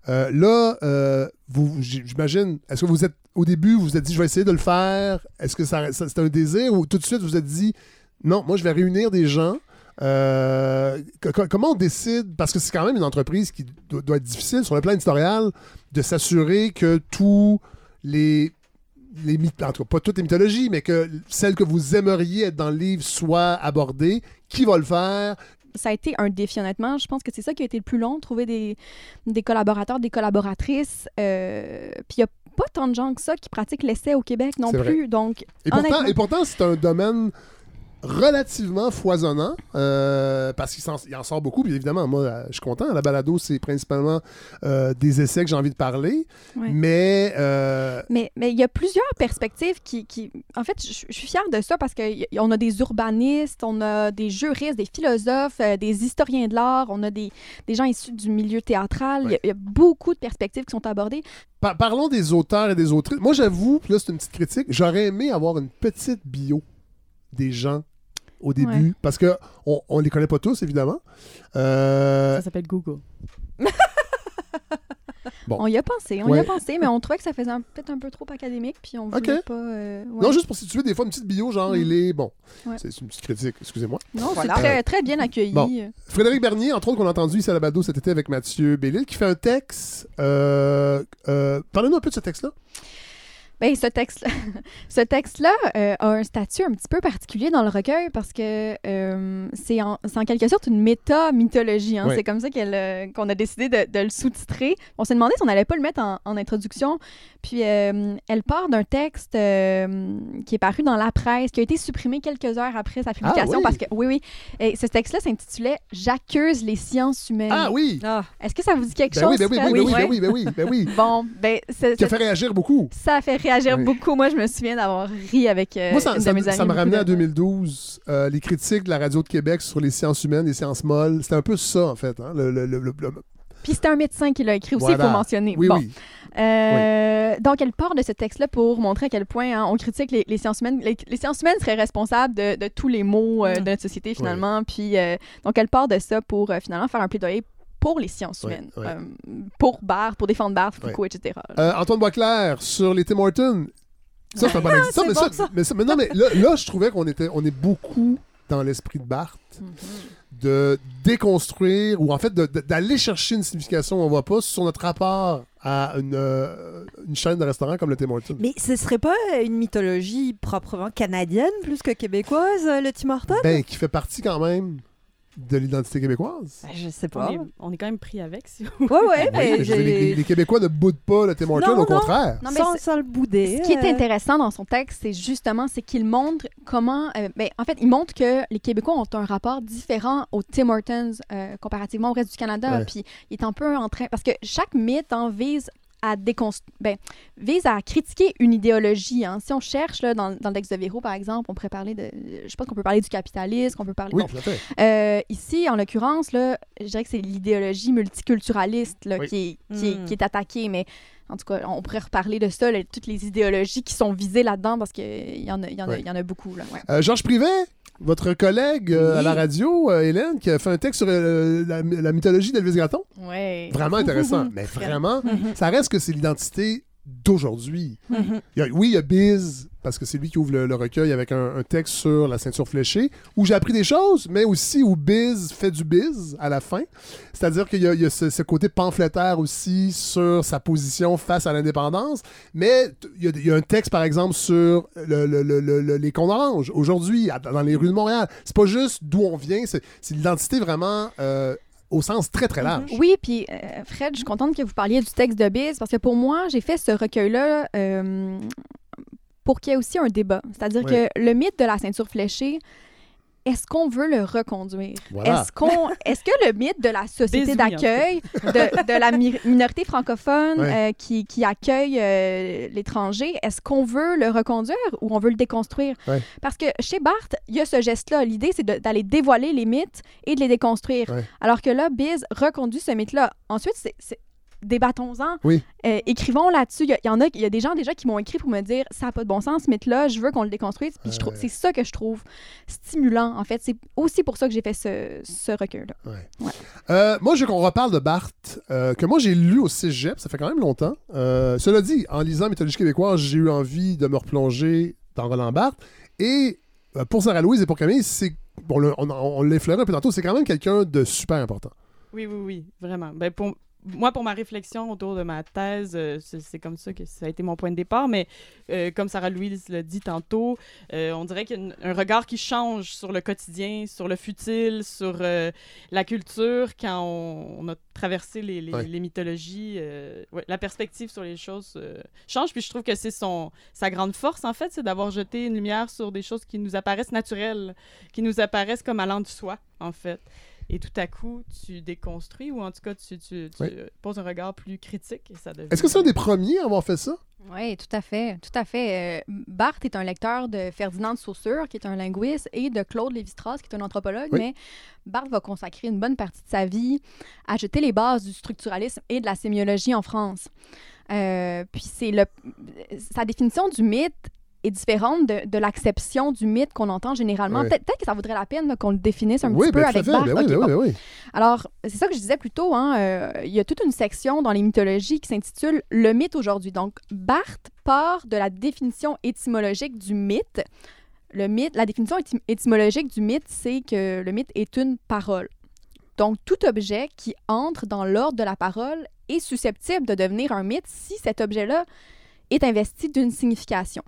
J'imagine, est-ce que au début, vous vous êtes dit, je vais essayer de le faire? Est-ce que c'était un désir ou tout de suite, vous vous êtes dit, Non, moi, je vais réunir des gens. Comment on décide, parce que c'est quand même une entreprise qui doit être difficile sur le plan éditorial, de s'assurer que tous les en tout cas, pas toutes les mythologies, mais que celles que vous aimeriez être dans le livre soient abordées. Qui va le faire? Ça a été un défi, honnêtement. Je pense que c'est ça qui a été le plus long, trouver des collaborateurs, des collaboratrices. Puis il n'y a pas tant de gens que ça qui pratiquent l'essai au Québec non plus. Donc, et pourtant, c'est un domaine relativement foisonnant, parce qu'il en sort beaucoup. Puis évidemment, moi, je suis content. La balado, c'est principalement des essais que j'ai envie de parler. Ouais. Mais il y a plusieurs perspectives qui... En fait, je suis fière de ça parce qu'on a des urbanistes, on a des juristes, des philosophes, des historiens de l'art, on a des gens issus du milieu théâtral. Ouais. Il y a beaucoup de perspectives qui sont abordées. Parlons des auteurs et des autrices. Moi, j'avoue, puis là, c'est une petite critique, j'aurais aimé avoir une petite bio des gens au début, parce que on les connaît pas tous, évidemment. Ça s'appelle Google. Bon. On y a pensé, mais on trouvait que ça faisait peut-être un peu trop académique, puis on voulait pas... Non, juste pour situer, des fois, une petite bio, genre, il est... Bon, c'est une petite critique, excusez-moi. Non, c'est très, très bien accueilli. Bon. Frédéric Bernier, entre autres, qu'on a entendu ici à la balado cet été avec Mathieu Bellil, qui fait un texte... Parlez-nous un peu de ce texte-là. Bien, ce texte-là a un statut un petit peu particulier dans le recueil parce que c'est en quelque sorte une méta-mythologie. Hein? Ouais. C'est comme ça qu'on a décidé de le sous-titrer. On s'est demandé si on n'allait pas le mettre en introduction. Puis, elle part d'un texte qui est paru dans la presse, qui a été supprimé quelques heures après sa publication. Oui. Parce que, oui. Et ce texte-là s'intitulait « J'accuse les sciences humaines ». Ah oui! Est-ce que ça vous dit quelque chose? Oui. Bon, Qui a fait réagir beaucoup. Ça a fait réagir beaucoup. Moi, je me souviens d'avoir ri avec une de mes amies. Ça me ramenait à 2012, les critiques de la Radio de Québec sur les sciences humaines, les sciences molles. C'était un peu ça, en fait. Hein, Puis c'était un médecin qui l'a écrit aussi, il faut mentionner. Oui. Donc, elle part de ce texte-là pour montrer à quel point on critique les sciences humaines. Les sciences humaines seraient responsables de tous les maux de notre société, finalement. Oui. Puis, donc, elle part de ça pour, finalement, faire un plaidoyer pour les sciences humaines, pour Barthes, pour défendre Barthes, Foucault, etc. Antoine Boisclair, sur les Tim Hortons. Ça, c'est un bon exemple. Mais je trouvais qu'on est beaucoup dans l'esprit de Barthes, de déconstruire, ou en fait d'aller chercher une signification où on ne voit pas sur notre rapport à une chaîne de restaurants comme le Tim Hortons. Mais ce serait pas une mythologie proprement canadienne plus que québécoise, le Tim Hortons? Ben, qui fait partie quand même de l'identité québécoise. Je sais pas. On est quand même pris avec. Les Québécois ne boudent pas le Tim Hortons, au contraire. Non, mais sans le bouder. Ce qui est intéressant dans son texte, c'est justement qu'il montre comment... en fait, il montre que les Québécois ont un rapport différent au Tim Hortons comparativement au reste du Canada. Ouais. Puis il est un peu en train... Parce que chaque mythe vise à critiquer une idéologie. Hein. Si on cherche dans le texte de Véro, par exemple, on pourrait parler de... Je pense qu'on peut parler du capitalisme, qu'on peut parler... Oui, tout à fait. Ici, en l'occurrence, là, je dirais que c'est l'idéologie multiculturaliste là, qui est attaquée, mais en tout cas, on pourrait reparler de ça, toutes les idéologies qui sont visées là-dedans, parce qu'il y en a beaucoup. Là, ouais. Georges Privet, votre collègue à la radio, Hélène, qui a fait un texte sur la mythologie d'Elvis Gratton. Ouais. Vraiment intéressant. Mais vraiment, ça reste que c'est l'identité d'aujourd'hui. Il y a Biz, parce que c'est lui qui ouvre le recueil avec un texte sur la ceinture fléchée, où j'ai appris des choses, mais aussi où Biz fait du biz à la fin. C'est-à-dire qu'il y a ce côté pamphlétaire aussi sur sa position face à l'indépendance. Mais il y a un texte, par exemple, sur les cons d'orange, aujourd'hui, dans les rues de Montréal. C'est pas juste d'où on vient, c'est l'identité vraiment... au sens très, très large. Oui, puis Fred, je suis contente que vous parliez du texte de Biz, parce que pour moi, j'ai fait ce recueil-là pour qu'il y ait aussi un débat. C'est-à-dire que le mythe de la ceinture fléchée, est-ce qu'on veut le reconduire? Voilà. Est-ce que le mythe de la société d'accueil, de la minorité francophone qui accueille l'étranger, est-ce qu'on veut le reconduire ou on veut le déconstruire? Ouais. Parce que chez Barthes, il y a ce geste-là. L'idée, c'est d'aller dévoiler les mythes et de les déconstruire. Ouais. Alors que là, Biz reconduit ce mythe-là. Ensuite, débattons-en. Oui. Écrivons là-dessus. Il y a des gens déjà qui m'ont écrit pour me dire ça n'a pas de bon sens, ce mythe-là, je veux qu'on le déconstruise. Puis c'est ça que je trouve stimulant, en fait. C'est aussi pour ça que j'ai fait ce recueil-là. Ouais. Ouais. Moi, je veux qu'on reparle de Barthes, que moi, j'ai lu au cégep, ça fait quand même longtemps. Cela dit, en lisant Mythologie québécoise, j'ai eu envie de me replonger dans Roland Barthes. Et pour Sarah-Louise et pour Camille, c'est, bon, on l'effleurait un peu tantôt, c'est quand même quelqu'un de super important. Oui, vraiment. Ben, pour ma réflexion autour de ma thèse, c'est comme ça que ça a été mon point de départ, mais comme Sarah-Louise l'a dit tantôt, on dirait qu'il y a un regard qui change sur le quotidien, sur le futile, sur la culture, quand on a traversé les mythologies. La perspective sur les choses change, puis je trouve que c'est sa grande force, en fait, c'est d'avoir jeté une lumière sur des choses qui nous apparaissent naturelles, qui nous apparaissent comme allant de soi, en fait. Et tout à coup, tu déconstruis, ou en tout cas, tu poses un regard plus critique. Et ça devient... Est-ce que c'est un des premiers à avoir fait ça? Oui, tout à fait. Tout à fait. Barthes est un lecteur de Ferdinand de Saussure, qui est un linguiste, et de Claude Lévi-Strauss, qui est un anthropologue, mais Barthes va consacrer une bonne partie de sa vie à jeter les bases du structuralisme et de la sémiologie en France. Puis sa définition du mythe est différente de l'acception du mythe qu'on entend généralement. Peut-être que ça vaudrait la peine qu'on le définisse un petit peu avec Barthes. Oui. Alors, c'est ça que je disais plus tôt. Il y a toute une section dans les mythologies qui s'intitule « Le mythe aujourd'hui ». Donc, Barthes part de la définition étymologique du mythe. La définition étymologique du mythe, c'est que le mythe est une parole. Donc, tout objet qui entre dans l'ordre de la parole est susceptible de devenir un mythe si cet objet-là est investi d'une signification.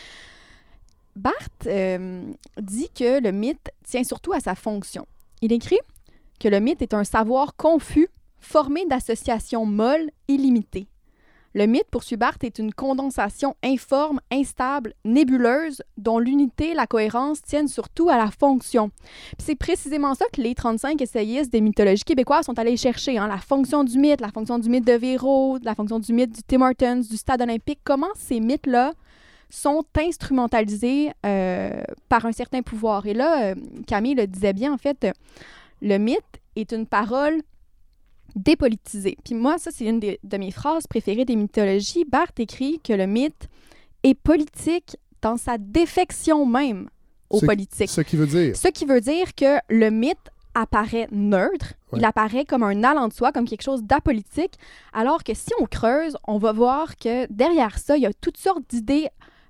Barthes dit que le mythe tient surtout à sa fonction. Il écrit que le mythe est un savoir confus, formé d'associations molles et limitées. Le mythe, poursuit Barthes, est une condensation informe, instable, nébuleuse, dont l'unité et la cohérence tiennent surtout à la fonction. Puis c'est précisément ça que les 35 essayistes des mythologies québécoises sont allés chercher, la fonction du mythe de Véro, la fonction du mythe du Tim Hortons, du Stade olympique. Comment ces mythes-là sont instrumentalisés par un certain pouvoir. Et là, Camille le disait bien, en fait, le mythe est une parole dépolitisée. Puis moi, ça, c'est une de mes phrases préférées des mythologies. Barthes écrit que le mythe est politique dans sa défection même aux politiques. Ce qui veut dire? Ce qui veut dire que le mythe apparaît neutre, il apparaît comme un allant de soi, comme quelque chose d'apolitique, alors que si on creuse, on va voir que derrière ça, il y a toutes sortes d'idées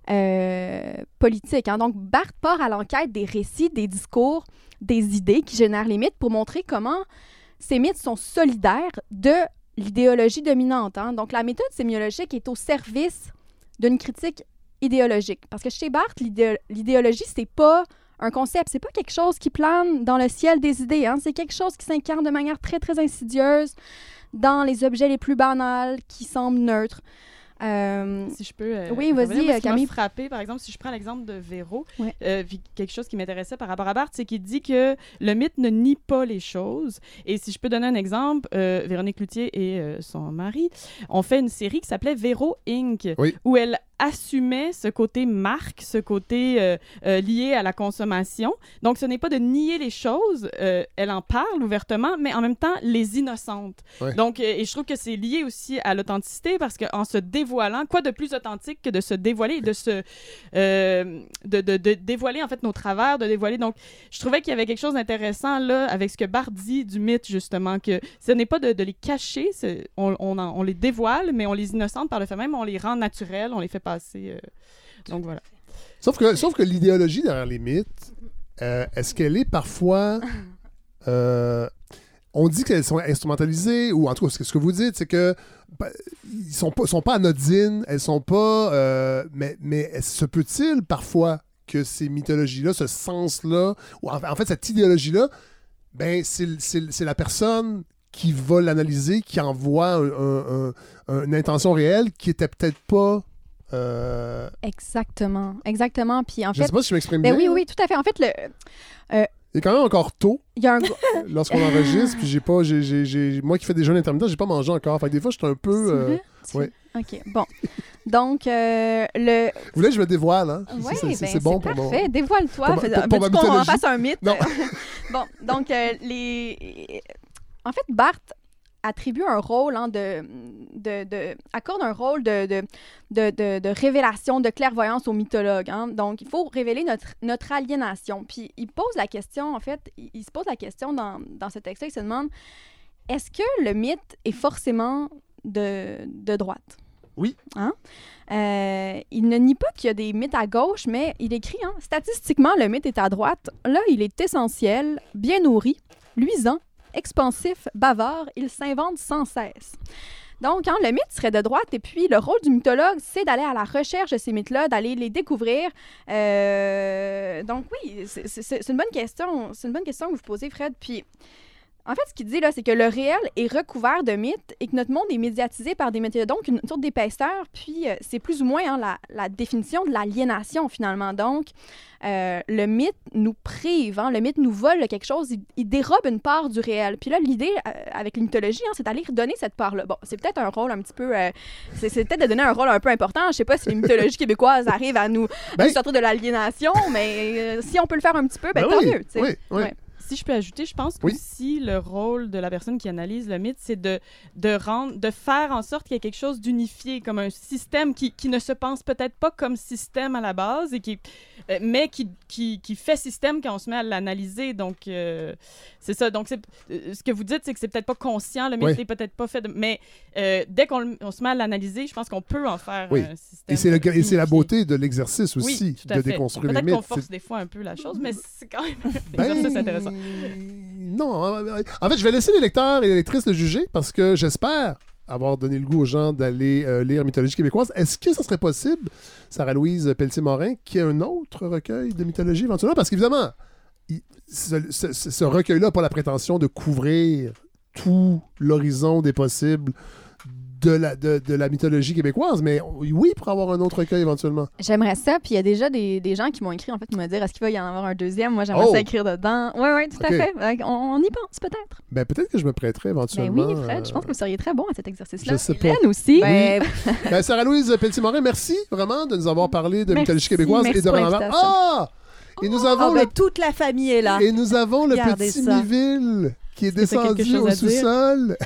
politiques. Donc, Barthes part à l'enquête des récits, des discours, des idées qui génèrent les mythes pour montrer comment ces mythes sont solidaires de l'idéologie dominante. Donc, la méthode sémiologique est au service d'une critique idéologique. Parce que chez Barthes, l'idéologie, c'est pas un concept, c'est pas quelque chose qui plane dans le ciel des idées. C'est quelque chose qui s'incarne de manière très, très insidieuse dans les objets les plus banals, qui semblent neutres. Si je peux... oui, vas-y, Camille. Frappé, par exemple, si je prends l'exemple de Véro, quelque chose qui m'intéressait par rapport à Barthes, c'est qu'il dit que le mythe ne nie pas les choses. Et si je peux donner un exemple, Véronique Cloutier et son mari ont fait une série qui s'appelait Véro Inc., où elle assumait ce côté marque, ce côté lié à la consommation. Donc, ce n'est pas de nier les choses, elle en parle ouvertement, mais en même temps, les innocente. Donc, et je trouve que c'est lié aussi à l'authenticité, parce qu'en se dévoilant, quoi de plus authentique que de se dévoiler et de dévoiler, en fait, nos travers, de dévoiler. Donc, je trouvais qu'il y avait quelque chose d'intéressant, là, avec ce que Barthes dit du mythe, justement, que ce n'est pas de les cacher, on les dévoile, mais on les innocente par le fait même, on les rend naturels, on les fait passer. Donc voilà. Sauf que l'idéologie derrière les mythes, est-ce qu'elle est parfois... on dit qu'elles sont instrumentalisées, ou en tout cas, ce que vous dites, c'est que ils sont pas anodines, elles sont pas... mais se peut-il parfois que ces mythologies-là, ce sens-là, ou en fait, cette idéologie-là, ben c'est la personne qui va l'analyser, qui envoie une intention réelle qui était peut-être pas... Exactement. Puis en fait... Je sais pas si je m'exprime bien. Oui, tout à fait. En fait, il est quand même encore tôt. Il y a lorsqu'on enregistre, puis moi qui fais des jeûnes intermittents, j'ai pas mangé encore. Fait que des fois, je suis un peu... OK, bon. Donc, Vous voulez que je me dévoile, hein? Oui, c'est bon pour moi. Parfait, dévoile-toi. Pour ma mythologie. On en fasse un mythe. Non. Bon, donc, en fait, Barthes attribue un rôle, accorde un rôle de révélation, de clairvoyance aux mythologues. Donc, il faut révéler notre aliénation. Puis, il pose la question, en fait, il se pose la question dans ce texte-là, il se demande, est-ce que le mythe est forcément de droite? Oui. Hein? Il ne nie pas qu'il y a des mythes à gauche, mais il écrit, statistiquement, le mythe est à droite. Là, il est essentiel, bien nourri, luisant, expansif, bavard, il s'invente sans cesse. Donc, le mythe serait de droite, et puis le rôle du mythologue, c'est d'aller à la recherche de ces mythes-là, d'aller les découvrir. Donc oui, c'est une bonne question. C'est une bonne question que vous posez, Fred. Puis, en fait, ce qu'il dit, là, c'est que le réel est recouvert de mythes et que notre monde est médiatisé par des mythes. Donc, une sorte d'épaisseur. Puis, c'est plus ou moins la définition de l'aliénation, finalement. Donc, le mythe nous prive, le mythe nous vole quelque chose, il dérobe une part du réel. Puis là, l'idée avec la mythologie, c'est d'aller redonner cette part-là. Bon, c'est peut-être un rôle un petit peu... c'est peut-être de donner un rôle un peu important. Je sais pas si les mythologies québécoises arrivent à nous sortir de l'aliénation, mais si on peut le faire un petit peu, tant mieux. Oui. Ouais. Si je peux ajouter, je pense que si le rôle de la personne qui analyse le mythe, c'est de faire en sorte qu'il y ait quelque chose d'unifié, comme un système qui ne se pense peut-être pas comme système à la base, et mais qui fait système quand on se met à l'analyser. Donc, c'est ça. Donc, ce que vous dites, c'est que c'est peut-être pas conscient, le mythe n'est peut-être pas fait, mais dès qu'on se met à l'analyser, je pense qu'on peut en faire un système. Et c'est la beauté de l'exercice aussi, de déconstruire les mythes. Peut-être qu'on force des fois un peu la chose, mais c'est quand même un exercice intéressant. Non. En fait, je vais laisser les lecteurs et les lectrices le juger parce que j'espère avoir donné le goût aux gens d'aller lire Mythologie québécoise. Est-ce que ça serait possible, Sarah-Louise Pelletier-Morin, qu'il y ait un autre recueil de mythologie éventuellement? Parce qu'évidemment, ce recueil-là n'a pas la prétention de couvrir tout l'horizon des possibles de la mythologie québécoise, mais oui, pour avoir un autre recueil éventuellement. J'aimerais ça, puis il y a déjà des gens qui m'ont écrit, en fait, pour me dire, est-ce qu'il va y en avoir un deuxième? Moi, j'aimerais ça écrire dedans. Oui, tout à fait. On y pense, peut-être. Peut-être que je me prêterais éventuellement. Oui, Fred, je pense que vous seriez très bon à cet exercice-là. Je sais pas. Hélène aussi. Sarah-Louise Pelletier-Morin, merci vraiment de nous avoir parlé de mythologie québécoise et de Roland. Et nous avons toute la famille est là. Et nous avons le petit Miville qui est descendu au sous-sol.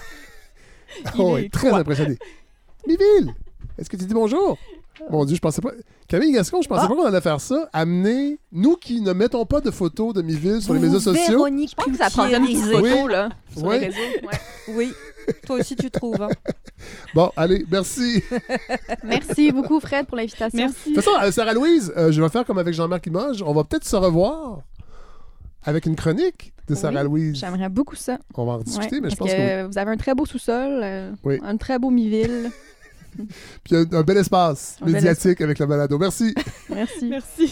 Très impressionné. Miville, est-ce que tu dis bonjour? Mon Dieu, je pensais pas... Camille Gascon, je pensais pas qu'on allait faire ça. Amener, nous qui ne mettons pas de photos de Miville sur les médias sociaux. Véronique, je pense que ça prendrait une petite photo, là, sur les réseaux. Oui, toi aussi tu trouves. Bon, allez, merci. Merci beaucoup, Fred, pour l'invitation. Merci. De toute façon, Sarah-Louise, je vais faire comme avec Jean-Marc Limoges. On va peut-être se revoir avec une chronique de Sarah-Louise. J'aimerais beaucoup ça. On va en discuter, mais je pense que vous avez un très beau sous-sol, un très beau Miville. Puis un bel espace médiatique avec le balado. Merci. Merci.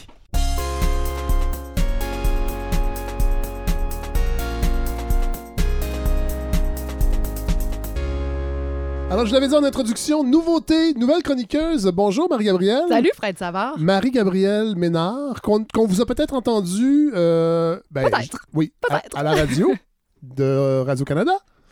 Alors, je l'avais dit en introduction, nouveauté, nouvelle chroniqueuse. Bonjour, Marie-Gabrielle. Salut, Fred Savard. Marie-Gabrielle Ménard, qu'on vous a peut-être entendu... peut-être. Oui, peut-être. À la radio de Radio-Canada,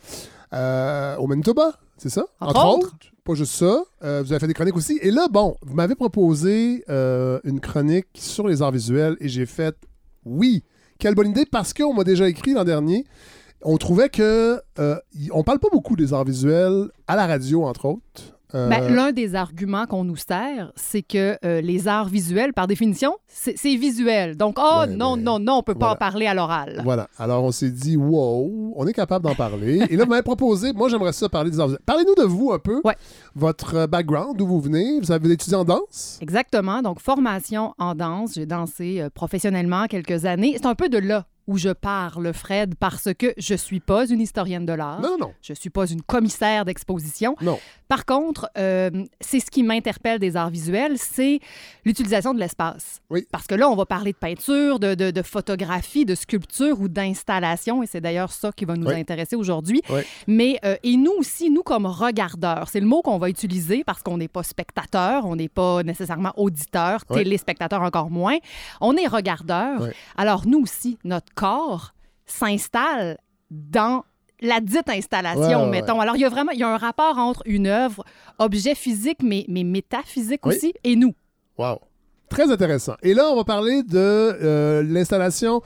au Manitoba, c'est ça? Entre autres. Pas juste ça. Vous avez fait des chroniques aussi. Et là, vous m'avez proposé une chronique sur les arts visuels et j'ai fait oui. Quelle bonne idée, parce qu'on m'a déjà écrit l'an dernier. On trouvait que on parle pas beaucoup des arts visuels à la radio, entre autres. L'un des arguments qu'on nous sert, c'est que les arts visuels, par définition, c'est visuel. Donc, non, on peut pas en parler à l'oral. Voilà. Alors, on s'est dit, wow, on est capable d'en parler. Et là, vous m'avez proposé, moi, j'aimerais ça parler des arts visuels. Parlez-nous de vous un peu. Ouais. Votre background, d'où vous venez. Vous avez étudié en danse? Exactement. Donc, formation en danse. J'ai dansé professionnellement quelques années. C'est un peu de là où je parle, Fred, parce que je suis pas une historienne de l'art. Non. Je suis pas une commissaire d'exposition. Non. Par contre, c'est ce qui m'interpelle des arts visuels, c'est l'utilisation de l'espace. Oui. Parce que là, on va parler de peinture, de photographie, de sculpture ou d'installation, et c'est d'ailleurs ça qui va nous intéresser aujourd'hui. Oui. Mais, et nous aussi, nous comme regardeurs, c'est le mot qu'on va utiliser parce qu'on n'est pas spectateur, on n'est pas nécessairement auditeur, téléspectateur encore moins. On est regardeur. Oui. Alors, nous aussi, notre corps s'installe dans la dite installation, mettons. Alors, il y a un rapport entre une œuvre, objet physique, mais métaphysique aussi, et nous. Wow. Très intéressant. Et là, on va parler de l'installation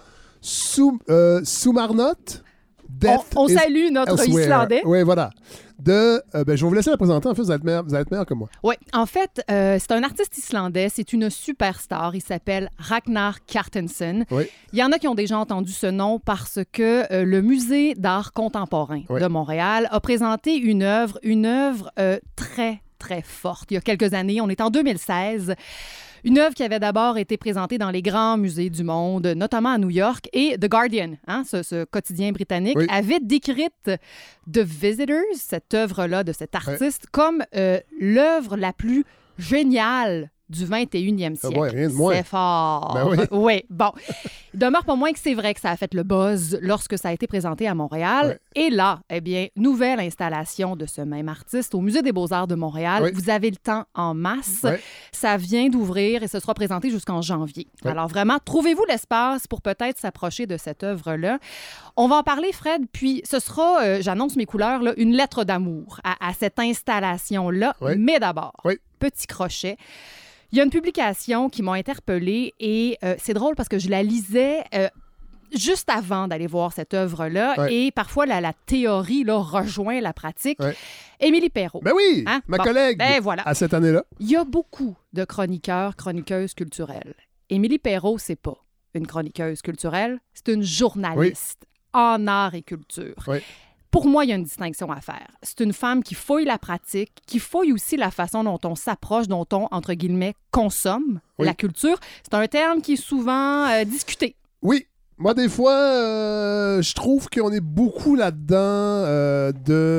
Sumarnot. On salue notre Islandais. Oui, voilà. Je vais vous laisser la présenter. En fait, vous allez être meilleur que moi. Oui, en fait, c'est un artiste islandais. C'est une superstar. Il s'appelle Ragnar Kjartansson. Oui. Il y en a qui ont déjà entendu ce nom parce que le Musée d'art contemporain de Montréal a présenté une œuvre très, très forte. Il y a quelques années, on est en 2016, une œuvre qui avait d'abord été présentée dans les grands musées du monde, notamment à New York, et The Guardian, ce quotidien britannique, avait décrite The Visitors, cette œuvre-là de cet artiste, comme l'œuvre la plus géniale du 21e siècle. Rien de moins. C'est fort. Ben oui. Oui, bon. Il demeure pas moins que c'est vrai que ça a fait le buzz lorsque ça a été présenté à Montréal. Et là, eh bien, nouvelle installation de ce même artiste au Musée des Beaux-Arts de Montréal. Vous avez le temps en masse. Ça vient d'ouvrir et ce sera présenté jusqu'en janvier. Alors vraiment, trouvez-vous l'espace pour peut-être s'approcher de cette œuvre-là. On va en parler, Fred, puis ce sera, j'annonce mes couleurs, là, une lettre d'amour à cette installation-là. Mais d'abord, petit crochet. Il y a une publication qui m'a interpellée et c'est drôle parce que je la lisais juste avant d'aller voir cette œuvre-là et parfois la théorie là, rejoint la pratique. Émilie Perrault. Ben oui, ma collègue voilà. à cette année-là. Il y a beaucoup de chroniqueuses culturelles. Émilie Perrault, c'est pas une chroniqueuse culturelle, c'est une journaliste en art et culture. Pour moi, il y a une distinction à faire. C'est une femme qui fouille la pratique, qui fouille aussi la façon dont on s'approche, dont on, entre guillemets, consomme la culture. C'est un terme qui est souvent discuté. Oui. Moi, des fois, je trouve qu'on est beaucoup là-dedans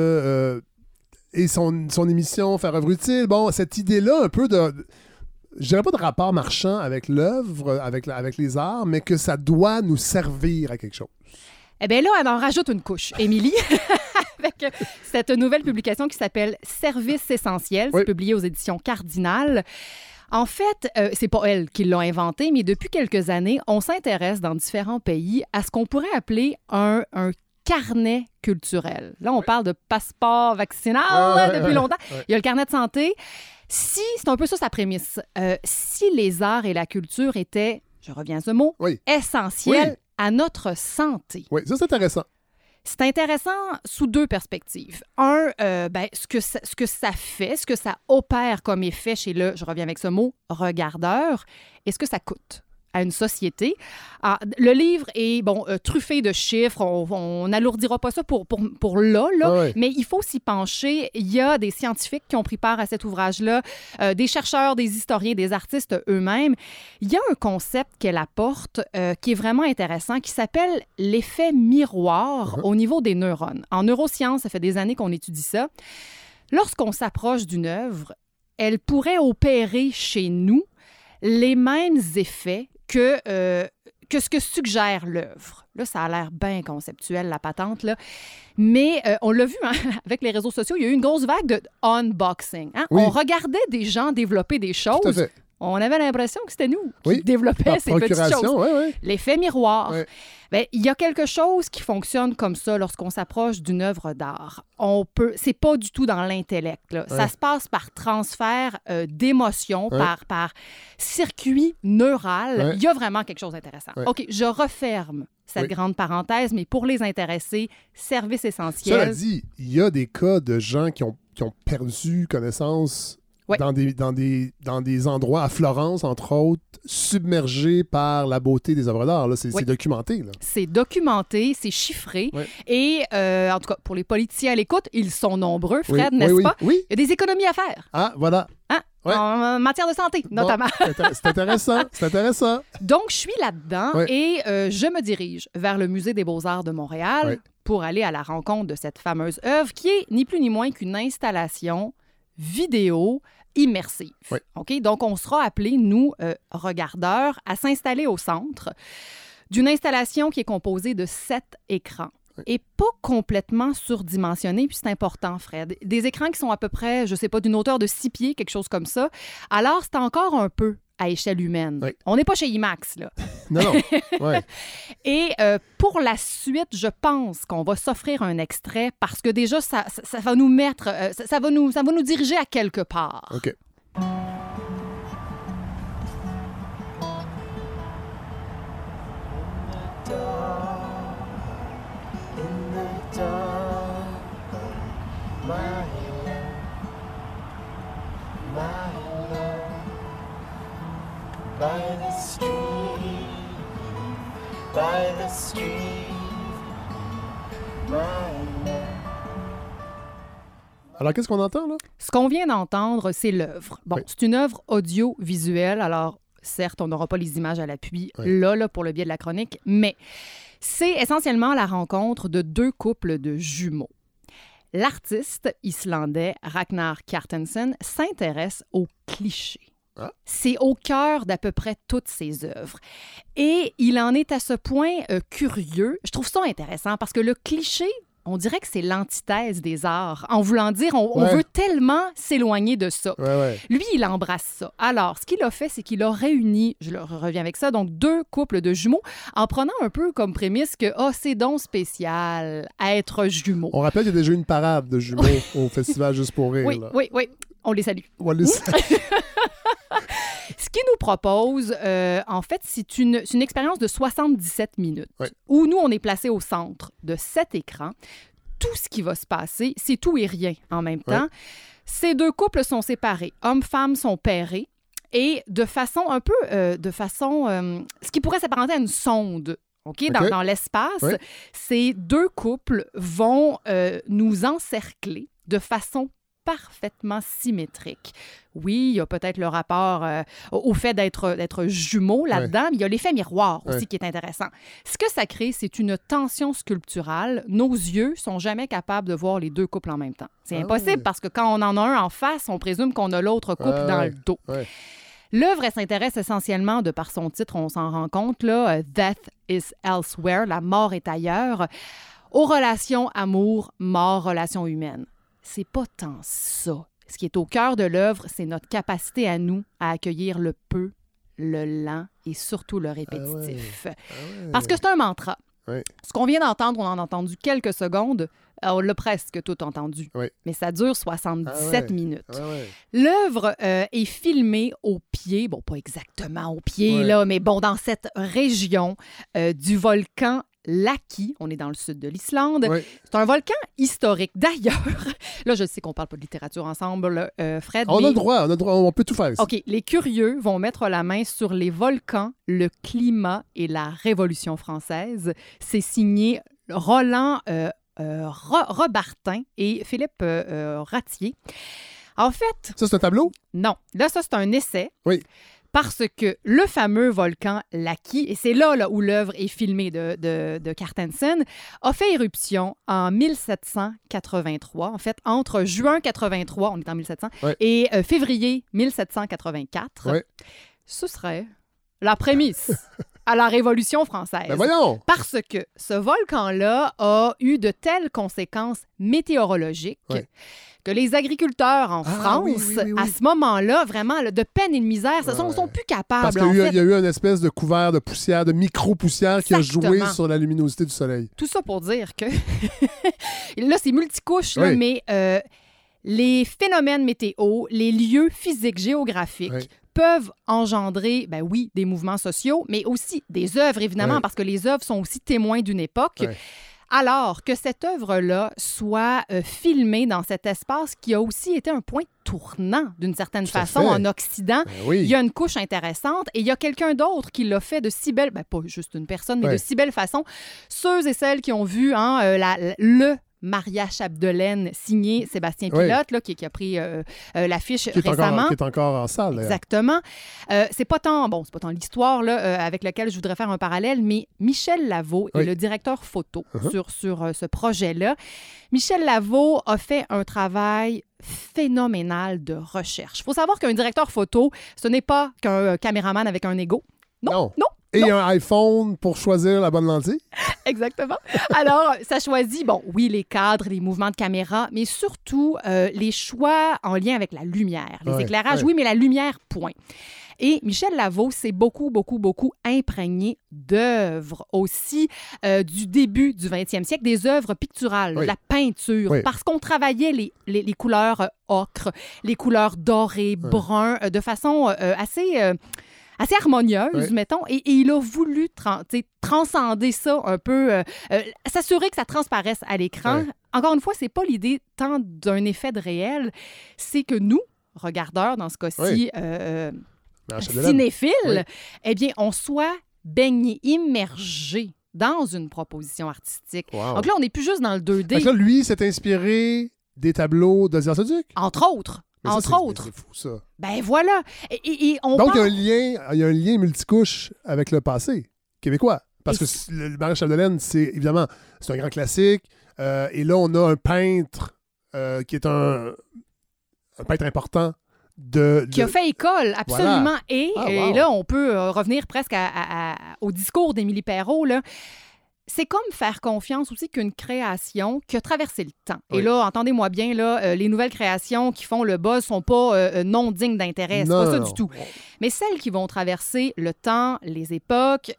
et son émission Faire œuvre utile. Bon, cette idée-là, un peu de... Je dirais pas de rapport marchand avec l'œuvre, avec les arts, mais que ça doit nous servir à quelque chose. Eh bien là, elle en rajoute une couche, Émilie, avec cette nouvelle publication qui s'appelle « Service essentiel ». C'est publié aux éditions Cardinal. En fait, c'est pas elle qui l'a inventé, mais depuis quelques années, on s'intéresse dans différents pays à ce qu'on pourrait appeler un carnet culturel. Là, on parle de passeport vaccinal depuis longtemps. Il y a le carnet de santé. C'est un peu ça sa prémisse. Si les arts et la culture étaient, je reviens à ce mot, essentiels à notre santé. Oui, ça, c'est intéressant. C'est intéressant sous deux perspectives. Un, ce que ça fait, ce que ça opère comme effet chez le, je reviens avec ce mot, regardeur, et ce que ça coûte à une société. Le livre est truffé de chiffres. On n'alourdira pas ça pour là. Mais il faut s'y pencher. Il y a des scientifiques qui ont pris part à cet ouvrage-là, des chercheurs, des historiens, des artistes eux-mêmes. Il y a un concept qu'elle apporte qui est vraiment intéressant, qui s'appelle l'effet miroir au niveau des neurones. En neurosciences, ça fait des années qu'on étudie ça. Lorsqu'on s'approche d'une œuvre, elle pourrait opérer chez nous les mêmes effets que ce que suggère l'œuvre. Là, ça a l'air bien conceptuel, la patente, là. Mais on l'a vu, avec les réseaux sociaux, il y a eu une grosse vague de unboxing. On regardait des gens développer des choses. Tout à fait. On avait l'impression que c'était nous qui développions ces petites choses. L'effet miroir. Bien, il y a quelque chose qui fonctionne comme ça lorsqu'on s'approche d'une œuvre d'art. C'est pas du tout dans l'intellect. Là. Ça se passe par transfert d'émotions, par circuit neural. Il y a vraiment quelque chose d'intéressant. OK, je referme cette grande parenthèse, mais pour les intéressés, service essentiel. Cela dit, il y a des cas de gens qui ont perdu connaissance dans des endroits, à Florence, entre autres, submergés par la beauté des œuvres d'art. Là. C'est documenté. Là. C'est documenté, c'est chiffré. Et en tout cas, pour les politiciens à l'écoute, ils sont nombreux, Fred, n'est-ce pas? Oui. Il y a des économies à faire. Ah, voilà. En matière de santé, notamment. C'est intéressant, c'est intéressant. Donc, je suis là-dedans et je me dirige vers le Musée des Beaux-Arts de Montréal pour aller à la rencontre de cette fameuse œuvre qui est ni plus ni moins qu'une installation vidéo immersive. OK? Donc, on sera appelés, nous, regardeurs, à s'installer au centre d'une installation qui est composée de 7 écrans. Et pas complètement surdimensionné, puis c'est important, Fred. Des écrans qui sont à peu près, je sais pas, d'une hauteur de 6 pieds, quelque chose comme ça. Alors, c'est encore un peu à échelle humaine. On n'est pas chez IMAX, là. Non. Et pour la suite, je pense qu'on va s'offrir un extrait parce que déjà, ça va nous mettre, ça va nous diriger à quelque part. OK. Alors, qu'est-ce qu'on entend, là? Ce qu'on vient d'entendre, c'est l'œuvre. Bon, Oui. c'est une œuvre audiovisuelle. Alors, certes, on n'aura pas les images à l'appui là, pour le biais de la chronique, mais c'est essentiellement la rencontre de 2 couples de jumeaux. L'artiste islandais Ragnar Kjartansson s'intéresse aux clichés. C'est au cœur d'à peu près toutes ses œuvres. Et il en est à ce point curieux. Je trouve ça intéressant parce que le cliché, on dirait que c'est l'antithèse des arts. En voulant dire, on veut tellement s'éloigner de ça. Lui, il embrasse ça. Alors, ce qu'il a fait, c'est qu'il a réuni, je reviens avec ça, donc 2 couples de jumeaux, en prenant un peu comme prémisse que c'est donc spécial à être jumeaux. On rappelle qu'il y a déjà eu une parade de jumeaux au Festival Juste pour rire. Oui. On les salue. On les salue. Ce qu'il nous propose, en fait, c'est une expérience de 77 minutes où nous, on est placé au centre de cet écran. Tout ce qui va se passer, c'est tout et rien en même temps. Ces 2 couples sont séparés. Hommes-femmes sont pairés et de façon un peu... ce qui pourrait s'apparenter à une sonde. Dans l'espace, ces 2 couples vont nous encercler de façon parfaitement symétrique. Oui, il y a peut-être le rapport au fait d'être jumeaux là-dedans, mais il y a l'effet miroir aussi qui est intéressant. Ce que ça crée, c'est une tension sculpturale. Nos yeux sont jamais capables de voir les 2 couples en même temps. C'est impossible parce que quand on en a un en face, on présume qu'on a l'autre couple dans le dos. L'œuvre, elle s'intéresse essentiellement, de par son titre, on s'en rend compte, là, Death is Elsewhere, la mort est ailleurs, aux relations amour-mort, relations humaines. C'est pas tant ça. Ce qui est au cœur de l'œuvre, c'est notre capacité à nous à accueillir le peu, le lent et surtout le répétitif. Parce que c'est un mantra. Ce qu'on vient d'entendre, on en a entendu quelques secondes. On l'a presque tout entendu. Mais ça dure 77 minutes. L'œuvre est filmée au pied, bon, pas exactement au pied, là, mais bon, dans cette région du volcan Laki, on est dans le sud de l'Islande. C'est un volcan historique. D'ailleurs, là, je sais qu'on parle pas de littérature ensemble, Fred. On a le droit, on peut tout faire ici. OK, les curieux vont mettre la main sur les volcans, le climat et la Révolution française. C'est signé Roland Robartin et Philippe Ratier. En fait... Ça, c'est un tableau? Non. Là, ça, c'est un essai. parce que le fameux volcan Laki, et c'est là où l'œuvre est filmée de Kjartansson, a fait éruption en 1783, en fait, entre juin 83, on est en 1700, et février 1784. Ouais. Ce serait la prémisse à la Révolution française. Ben voyons! Parce que ce volcan-là a eu de telles conséquences météorologiques que les agriculteurs en France, à ce moment-là, vraiment, de peine et de misère, sont plus capables. Parce qu'il y a eu une espèce de couvert de poussière, de micro-poussière qui a joué sur la luminosité du soleil. Tout ça pour dire que... là, c'est multicouche, là, mais les phénomènes météo, les lieux physiques, géographiques, peuvent engendrer, des mouvements sociaux, mais aussi des œuvres, évidemment, parce que les œuvres sont aussi témoins d'une époque. Alors que cette œuvre-là soit filmée dans cet espace qui a aussi été un point tournant, d'une certaine façon, en Occident. Il y a une couche intéressante et il y a quelqu'un d'autre qui l'a fait de si belle, pas juste une personne, mais de si belle façon. Ceux et celles qui ont vu le Maria Chapdelaine, signé Sébastien Pilote, là, qui a pris l'affiche récemment. Qui est encore en salle. Exactement. C'est pas tant l'histoire là, avec laquelle je voudrais faire un parallèle, mais Michel Lavaux est le directeur photo sur ce projet-là. Michel Lavaux a fait un travail phénoménal de recherche. Il faut savoir qu'un directeur photo, ce n'est pas qu'un caméraman avec un ego. Non. Et un iPhone pour choisir la bonne lentille. Exactement. Alors, ça choisit, les cadres, les mouvements de caméra, mais surtout les choix en lien avec la lumière. Les éclairages, mais la lumière, point. Et Michel Lavaux s'est beaucoup imprégné d'œuvres aussi du début du 20e siècle, des œuvres picturales, de la peinture, parce qu'on travaillait les couleurs ocre, les couleurs dorées, bruns, de façon assez harmonieuse, mettons, et il a voulu transcender ça un peu, s'assurer que ça transparaisse à l'écran. Encore une fois, c'est pas l'idée tant d'un effet de réel, c'est que nous, regardeurs, dans ce cas-ci, cinéphiles, eh bien, on soit baignés, immergés dans une proposition artistique. Donc là, on n'est plus juste dans le 2D. Donc là, lui, s'est inspiré des tableaux d'Ozzy Arseduc? Entre autres. C'est fou, ça. Ben voilà. Et donc, il y a un lien multicouche avec le passé québécois. Parce que le mariage Chapdelaine, c'est un grand classique. Et là, on a un peintre qui est un peintre important. Qui a fait école, absolument. Voilà. Et là, on peut revenir presque au discours d'Émilie Perrault, là. C'est comme faire confiance aussi qu'une création qui a traversé le temps. Oui. Et là, entendez-moi bien, là, les nouvelles créations qui font le buzz sont pas non dignes d'intérêt. C'est pas ça du tout. Mais celles qui vont traverser le temps, les époques,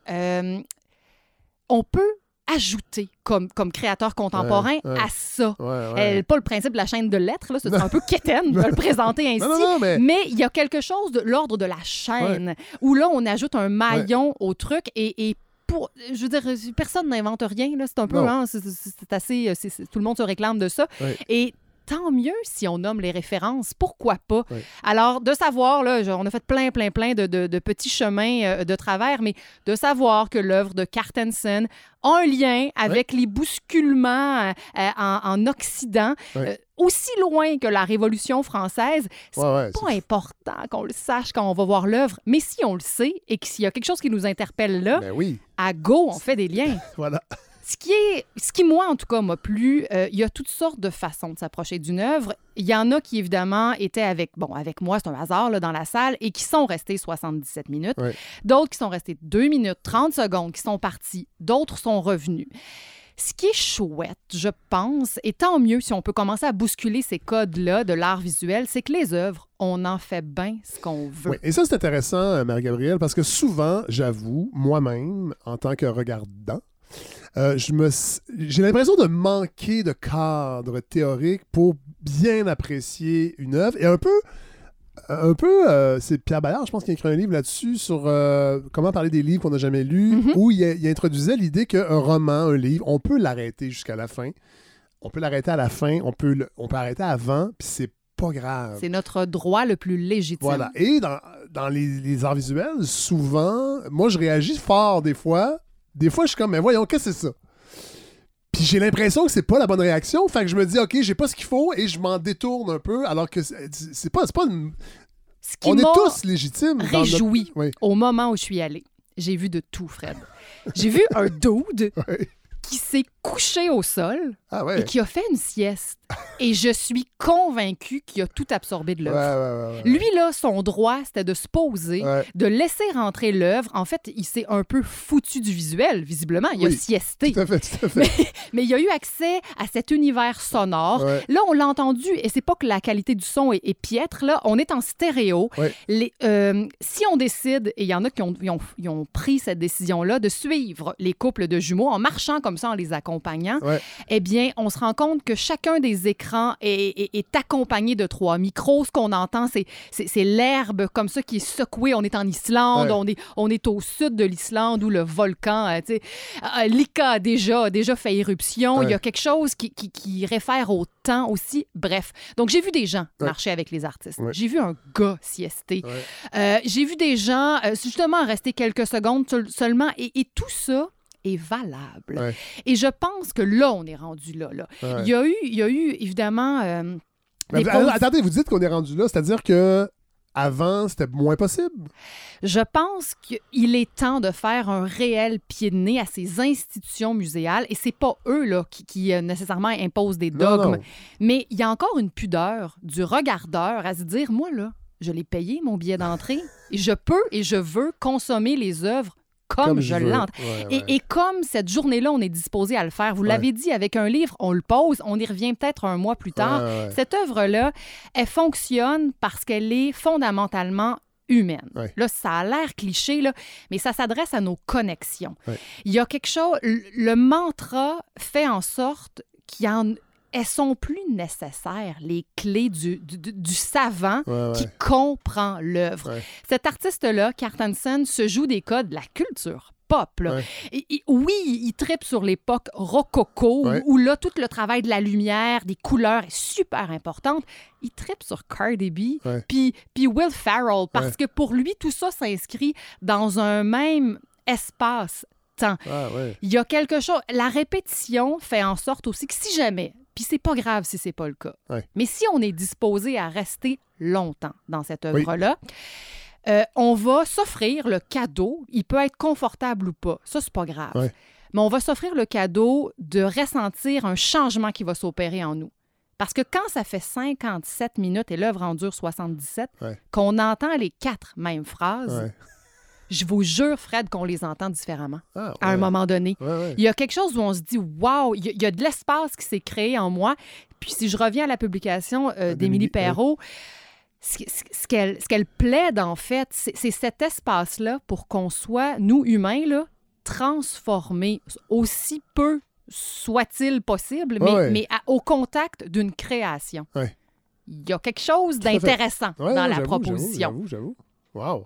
on peut ajouter comme créateur contemporain à ça. Pas le principe de la chaîne de lettres, là, c'est un peu quétaine de le présenter ainsi, mais il y a quelque chose de l'ordre de la chaîne où là, on ajoute un maillon au truc et je veux dire, personne n'invente rien, là, c'est un peu, c'est assez, tout le monde se réclame de ça. Et tant mieux si on nomme les références. Pourquoi pas? Oui. Alors, de savoir, là, on a fait plein de petits chemins de travers, mais de savoir que l'œuvre de Carstensen a un lien avec les bousculements en Occident, aussi loin que la Révolution française, c'est pas important qu'on le sache quand on va voir l'œuvre, mais si on le sait et que s'il y a quelque chose qui nous interpelle là, à go, on fait des liens. Voilà. Ce qui, moi, en tout cas, m'a plu, il y a toutes sortes de façons de s'approcher d'une œuvre. Il y en a qui, évidemment, étaient avec moi, c'est un hasard, là, dans la salle, et qui sont restés 77 minutes. Oui. D'autres qui sont restés 2 minutes, 30 secondes, qui sont partis. D'autres sont revenus. Ce qui est chouette, je pense, et tant mieux si on peut commencer à bousculer ces codes-là de l'art visuel, c'est que les œuvres, on en fait bien ce qu'on veut. Oui, et ça, c'est intéressant, Marie-Gabrielle, parce que souvent, j'avoue, moi-même, en tant que regardant, j'ai l'impression de manquer de cadre théorique pour bien apprécier une œuvre. Et un peu, c'est Pierre Bayard, je pense, qui a écrit un livre là-dessus sur comment parler des livres qu'on n'a jamais lus, où il introduisait l'idée qu'un roman, un livre, on peut l'arrêter jusqu'à la fin. On peut l'arrêter à la fin, on peut arrêter avant, puis c'est pas grave. C'est notre droit le plus légitime. Voilà. Et dans les arts visuels, souvent, moi, je réagis fort des fois. Des fois, je suis comme, mais voyons, qu'est-ce que c'est ça? Puis j'ai l'impression que c'est pas la bonne réaction. Fait que je me dis, OK, j'ai pas ce qu'il faut et je m'en détourne un peu, alors que c'est pas une... On est tous légitimes. Réjoui au moment où je suis allée. J'ai vu de tout, Fred. J'ai vu un dude qui s'est couché au sol et qui a fait une sieste. Et je suis convaincue qu'il a tout absorbé de l'œuvre. Lui, là, son droit, c'était de se poser, de laisser rentrer l'œuvre. En fait, il s'est un peu foutu du visuel, visiblement. Il a siesté. Tout à fait. Mais il a eu accès à cet univers sonore. Là, on l'a entendu, et c'est pas que la qualité du son est piètre, là. On est en stéréo. Si on décide, et il y en a qui ont pris cette décision-là, de suivre les couples de jumeaux en marchant comme ça, en les accompagnant, eh bien, on se rend compte que chacun des écrans est accompagné de 3 micros. Ce qu'on entend, c'est l'herbe comme ça qui est secouée. On est en Islande, on est au sud de l'Islande où le volcan, Lika a déjà fait éruption. Il y a quelque chose qui réfère au temps aussi. Bref. Donc, j'ai vu des gens marcher avec les artistes. J'ai vu un gars siester. J'ai vu des gens, justement, rester quelques secondes seulement. Et tout ça est valable. Et je pense que là, on est rendu là. Il y a eu évidemment... attendez, vous dites qu'on est rendu là, c'est-à-dire que avant, c'était moins possible? Je pense qu'il est temps de faire un réel pied de nez à ces institutions muséales, et c'est pas eux là, qui nécessairement imposent des dogmes, non. Mais il y a encore une pudeur du regardeur à se dire, moi là, je l'ai payé mon billet d'entrée, et je peux et je veux consommer les œuvres comme je l'entends. Et comme cette journée-là, on est disposé à le faire. Vous l'avez dit, avec un livre, on le pose, on y revient peut-être un mois plus tard. Cette œuvre-là, elle fonctionne parce qu'elle est fondamentalement humaine. Là, ça a l'air cliché, là, mais ça s'adresse à nos connexions. Il y a quelque chose... Le mantra fait en sorte qu'il y en... Elles sont plus nécessaires, les clés du savant qui comprend l'œuvre. Cet artiste-là, Carstensen, se joue des codes de la culture pop. Là. Oui, il trippe sur l'époque rococo, où là, tout le travail de la lumière, des couleurs est super importante. Il trippe sur Cardi B, puis Will Ferrell, parce que pour lui, tout ça s'inscrit dans un même espace. Il y a quelque chose... La répétition fait en sorte aussi que si jamais Puis c'est pas grave si c'est pas le cas. Ouais. Mais si on est disposé à rester longtemps dans cette œuvre-là, on va s'offrir le cadeau. Il peut être confortable ou pas. Ça, c'est pas grave. Ouais. Mais on va s'offrir le cadeau de ressentir un changement qui va s'opérer en nous. Parce que quand ça fait 57 minutes et l'œuvre en dure 77, qu'on entend les 4 mêmes phrases, je vous jure, Fred, qu'on les entend différemment à un moment donné. Il y a quelque chose où on se dit « Wow! » Il y a de l'espace qui s'est créé en moi. Puis si je reviens à la publication d'Émilie Perrault, ce qu'elle plaide, en fait, c'est cet espace-là pour qu'on soit, nous, humains, là, transformés aussi peu soit-il possible, mais au contact d'une création. Il y a quelque chose d'intéressant dans la proposition. J'avoue. Wow!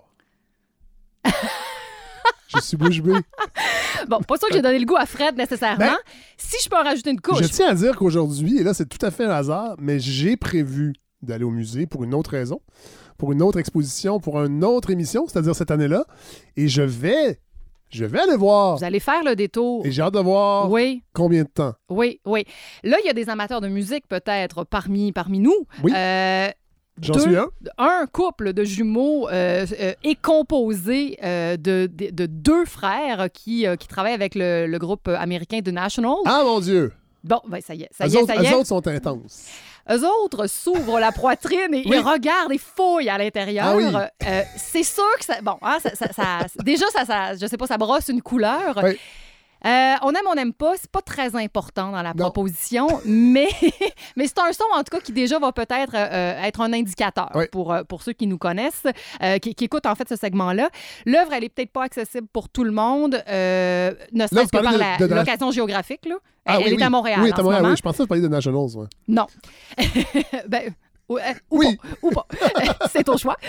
Je suis bouche bée. Bon, pas sûr que j'ai donné le goût à Fred nécessairement. Si je peux en rajouter une couche. Je tiens à dire qu'aujourd'hui, et là, c'est tout à fait un hasard, mais j'ai prévu d'aller au musée pour une autre raison, pour une autre exposition, pour une autre émission, c'est-à-dire cette année-là, et je vais aller voir. Vous allez faire le détour. Et j'ai hâte de voir combien de temps. Oui. Là, il y a des amateurs de musique peut-être parmi nous. Oui. J'en suis un. Un couple de jumeaux est composé de 2 frères qui travaillent avec le groupe américain The National. Ah, mon Dieu! Bon, ben ça y est. Eux autres sont intenses. Eux autres s'ouvrent la poitrine et ils regardent et fouillent à l'intérieur. Ah oui. C'est sûr que ça... Bon, hein, déjà, je sais pas, ça brosse une couleur. Oui. On aime, on n'aime pas. C'est pas très important dans la proposition, mais c'est un son, en tout cas, qui déjà va peut-être être un indicateur pour ceux qui nous connaissent, qui écoutent, en fait, ce segment-là. L'œuvre, elle est peut-être pas accessible pour tout le monde, ne serait-ce que par l'occasion géographique, là. Elle est à Montréal. Oui, elle est à Montréal. Oui, je pensais que tu parlais de Nationals. Ouais. Non. Ou pas. C'est ton choix.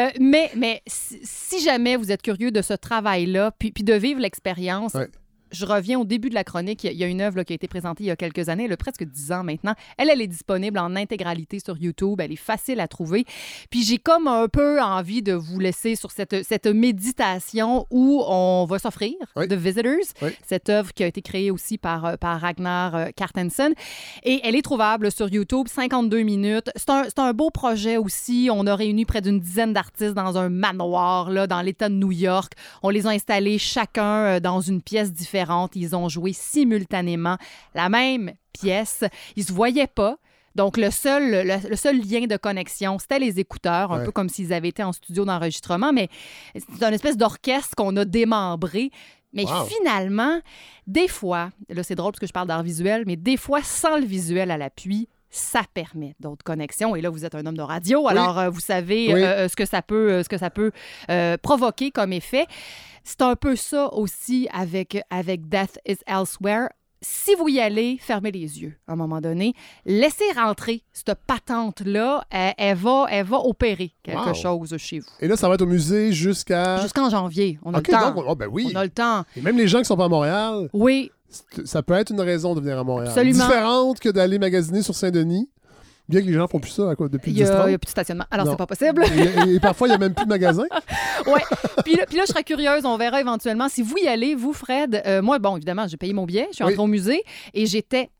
Mais si jamais vous êtes curieux de ce travail-là, puis de vivre l'expérience... Je reviens au début de la chronique. Il y a une œuvre qui a été présentée il y a quelques années, elle a presque 10 ans maintenant. Elle est disponible en intégralité sur YouTube. Elle est facile à trouver. Puis j'ai comme un peu envie de vous laisser sur cette méditation où on va s'offrir The Visitors, cette œuvre qui a été créée aussi par Ragnar Kjartansson. Et elle est trouvable sur YouTube, 52 minutes. C'est un beau projet aussi. On a réuni près d'une dizaine d'artistes dans un manoir là, dans l'État de New York. On les a installés chacun dans une pièce différente. Ils ont joué simultanément la même pièce. Ils se voyaient pas. Donc, le seul lien de connexion, c'était les écouteurs, un peu comme s'ils avaient été en studio d'enregistrement, mais c'est une espèce d'orchestre qu'on a démembré. Mais finalement, des fois, là, c'est drôle parce que je parle d'art visuel, mais des fois, sans le visuel à l'appui, ça permet d'autres connexions. Et là, vous êtes un homme de radio, alors vous savez ce que ça peut provoquer comme effet. C'est un peu ça aussi avec Death is Elsewhere. Si vous y allez, fermez les yeux à un moment donné. Laissez rentrer cette patente-là. Elle va opérer quelque chose chez vous. Et là, ça va être au musée jusqu'en janvier. On a le temps. Donc, on a le temps. Et même les gens qui sont pas à Montréal... Oui. Ça peut être une raison de venir à Montréal. Absolument. Différente que d'aller magasiner sur Saint-Denis. Bien que les gens font plus ça depuis 10-30. Il n'y a plus de stationnement. Alors, c'est pas possible. Et parfois, il n'y a même plus de magasin. Oui. Puis là, je serais curieuse. On verra éventuellement. Si vous y allez, vous, Fred, moi, bon, évidemment, j'ai payé mon billet. Je suis entrée au musée et j'étais...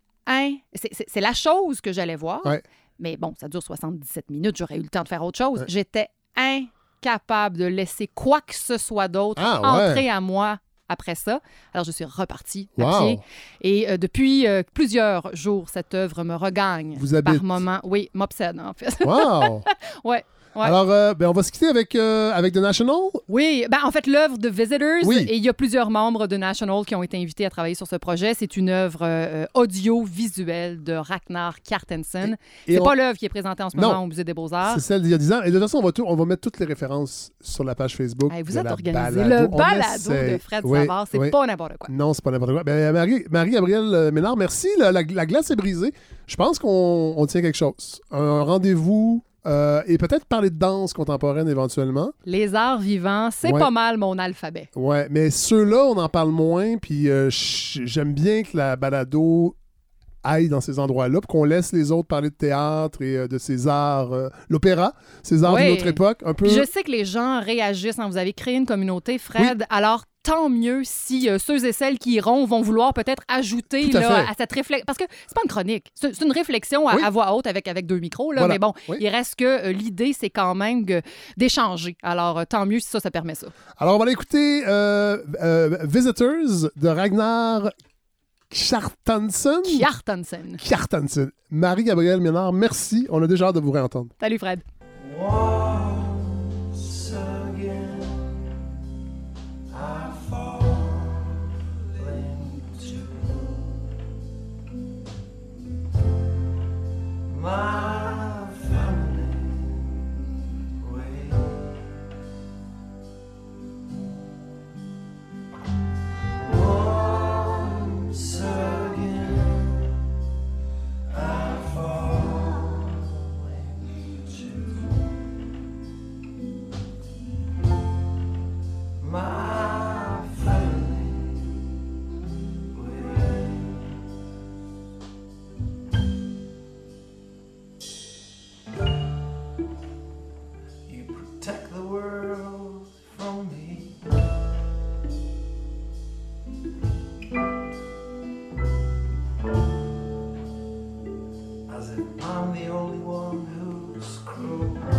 C'est la chose que j'allais voir. Ouais. Mais bon, ça dure 77 minutes. J'aurais eu le temps de faire autre chose. Ouais. J'étais incapable de laisser quoi que ce soit d'autre entrer à moi après ça. Alors, je suis repartie à pied. Et depuis plusieurs jours, cette œuvre me regagne par moments. Oui, m'obsède, en fait. Wow! Ouais. Alors, on va se quitter avec The National. Oui, en fait, l'œuvre de Visitors, et il y a plusieurs membres de National qui ont été invités à travailler sur ce projet. C'est une œuvre audiovisuelle de Ragnar Kjartansson. C'est pas l'œuvre qui est présentée en ce moment au Musée des Beaux-Arts. C'est celle d'il y a 10 ans. Et de toute façon, on va mettre toutes les références sur la page Facebook. Vous êtes organisé. Le balado de Fred Savard, c'est pas n'importe quoi. Non, c'est pas n'importe quoi. Marie-Gabrielle Ménard, merci. La glace est brisée. Je pense qu'on tient quelque chose. Un rendez-vous... et peut-être parler de danse contemporaine éventuellement. Les arts vivants, c'est pas mal mon alphabet. Ouais, mais ceux-là, on en parle moins, puis j'aime bien que la balado aille dans ces endroits-là, pour qu'on laisse les autres parler de théâtre et de ces arts, l'opéra, ces arts de notre époque, un peu. Puis je sais que les gens réagissent. Vous avez créé une communauté, Fred, alors tant mieux si ceux et celles qui iront vont vouloir peut-être ajouter à cette réflexion. Parce que c'est pas une chronique, c'est une réflexion à voix haute avec 2 micros. Là, mais bon, il reste que l'idée, c'est quand même d'échanger. Alors, tant mieux si ça permet ça. Alors, on va aller écouter Visitors de Ragnar Kjartansson. Marie-Gabrielle Ménard, merci. On a déjà hâte de vous réentendre. Salut, Fred. Once again, I fall into my feminine way. Once again, I fall into my feminine way. You protect the world from me. As if I'm the only one who's cruel.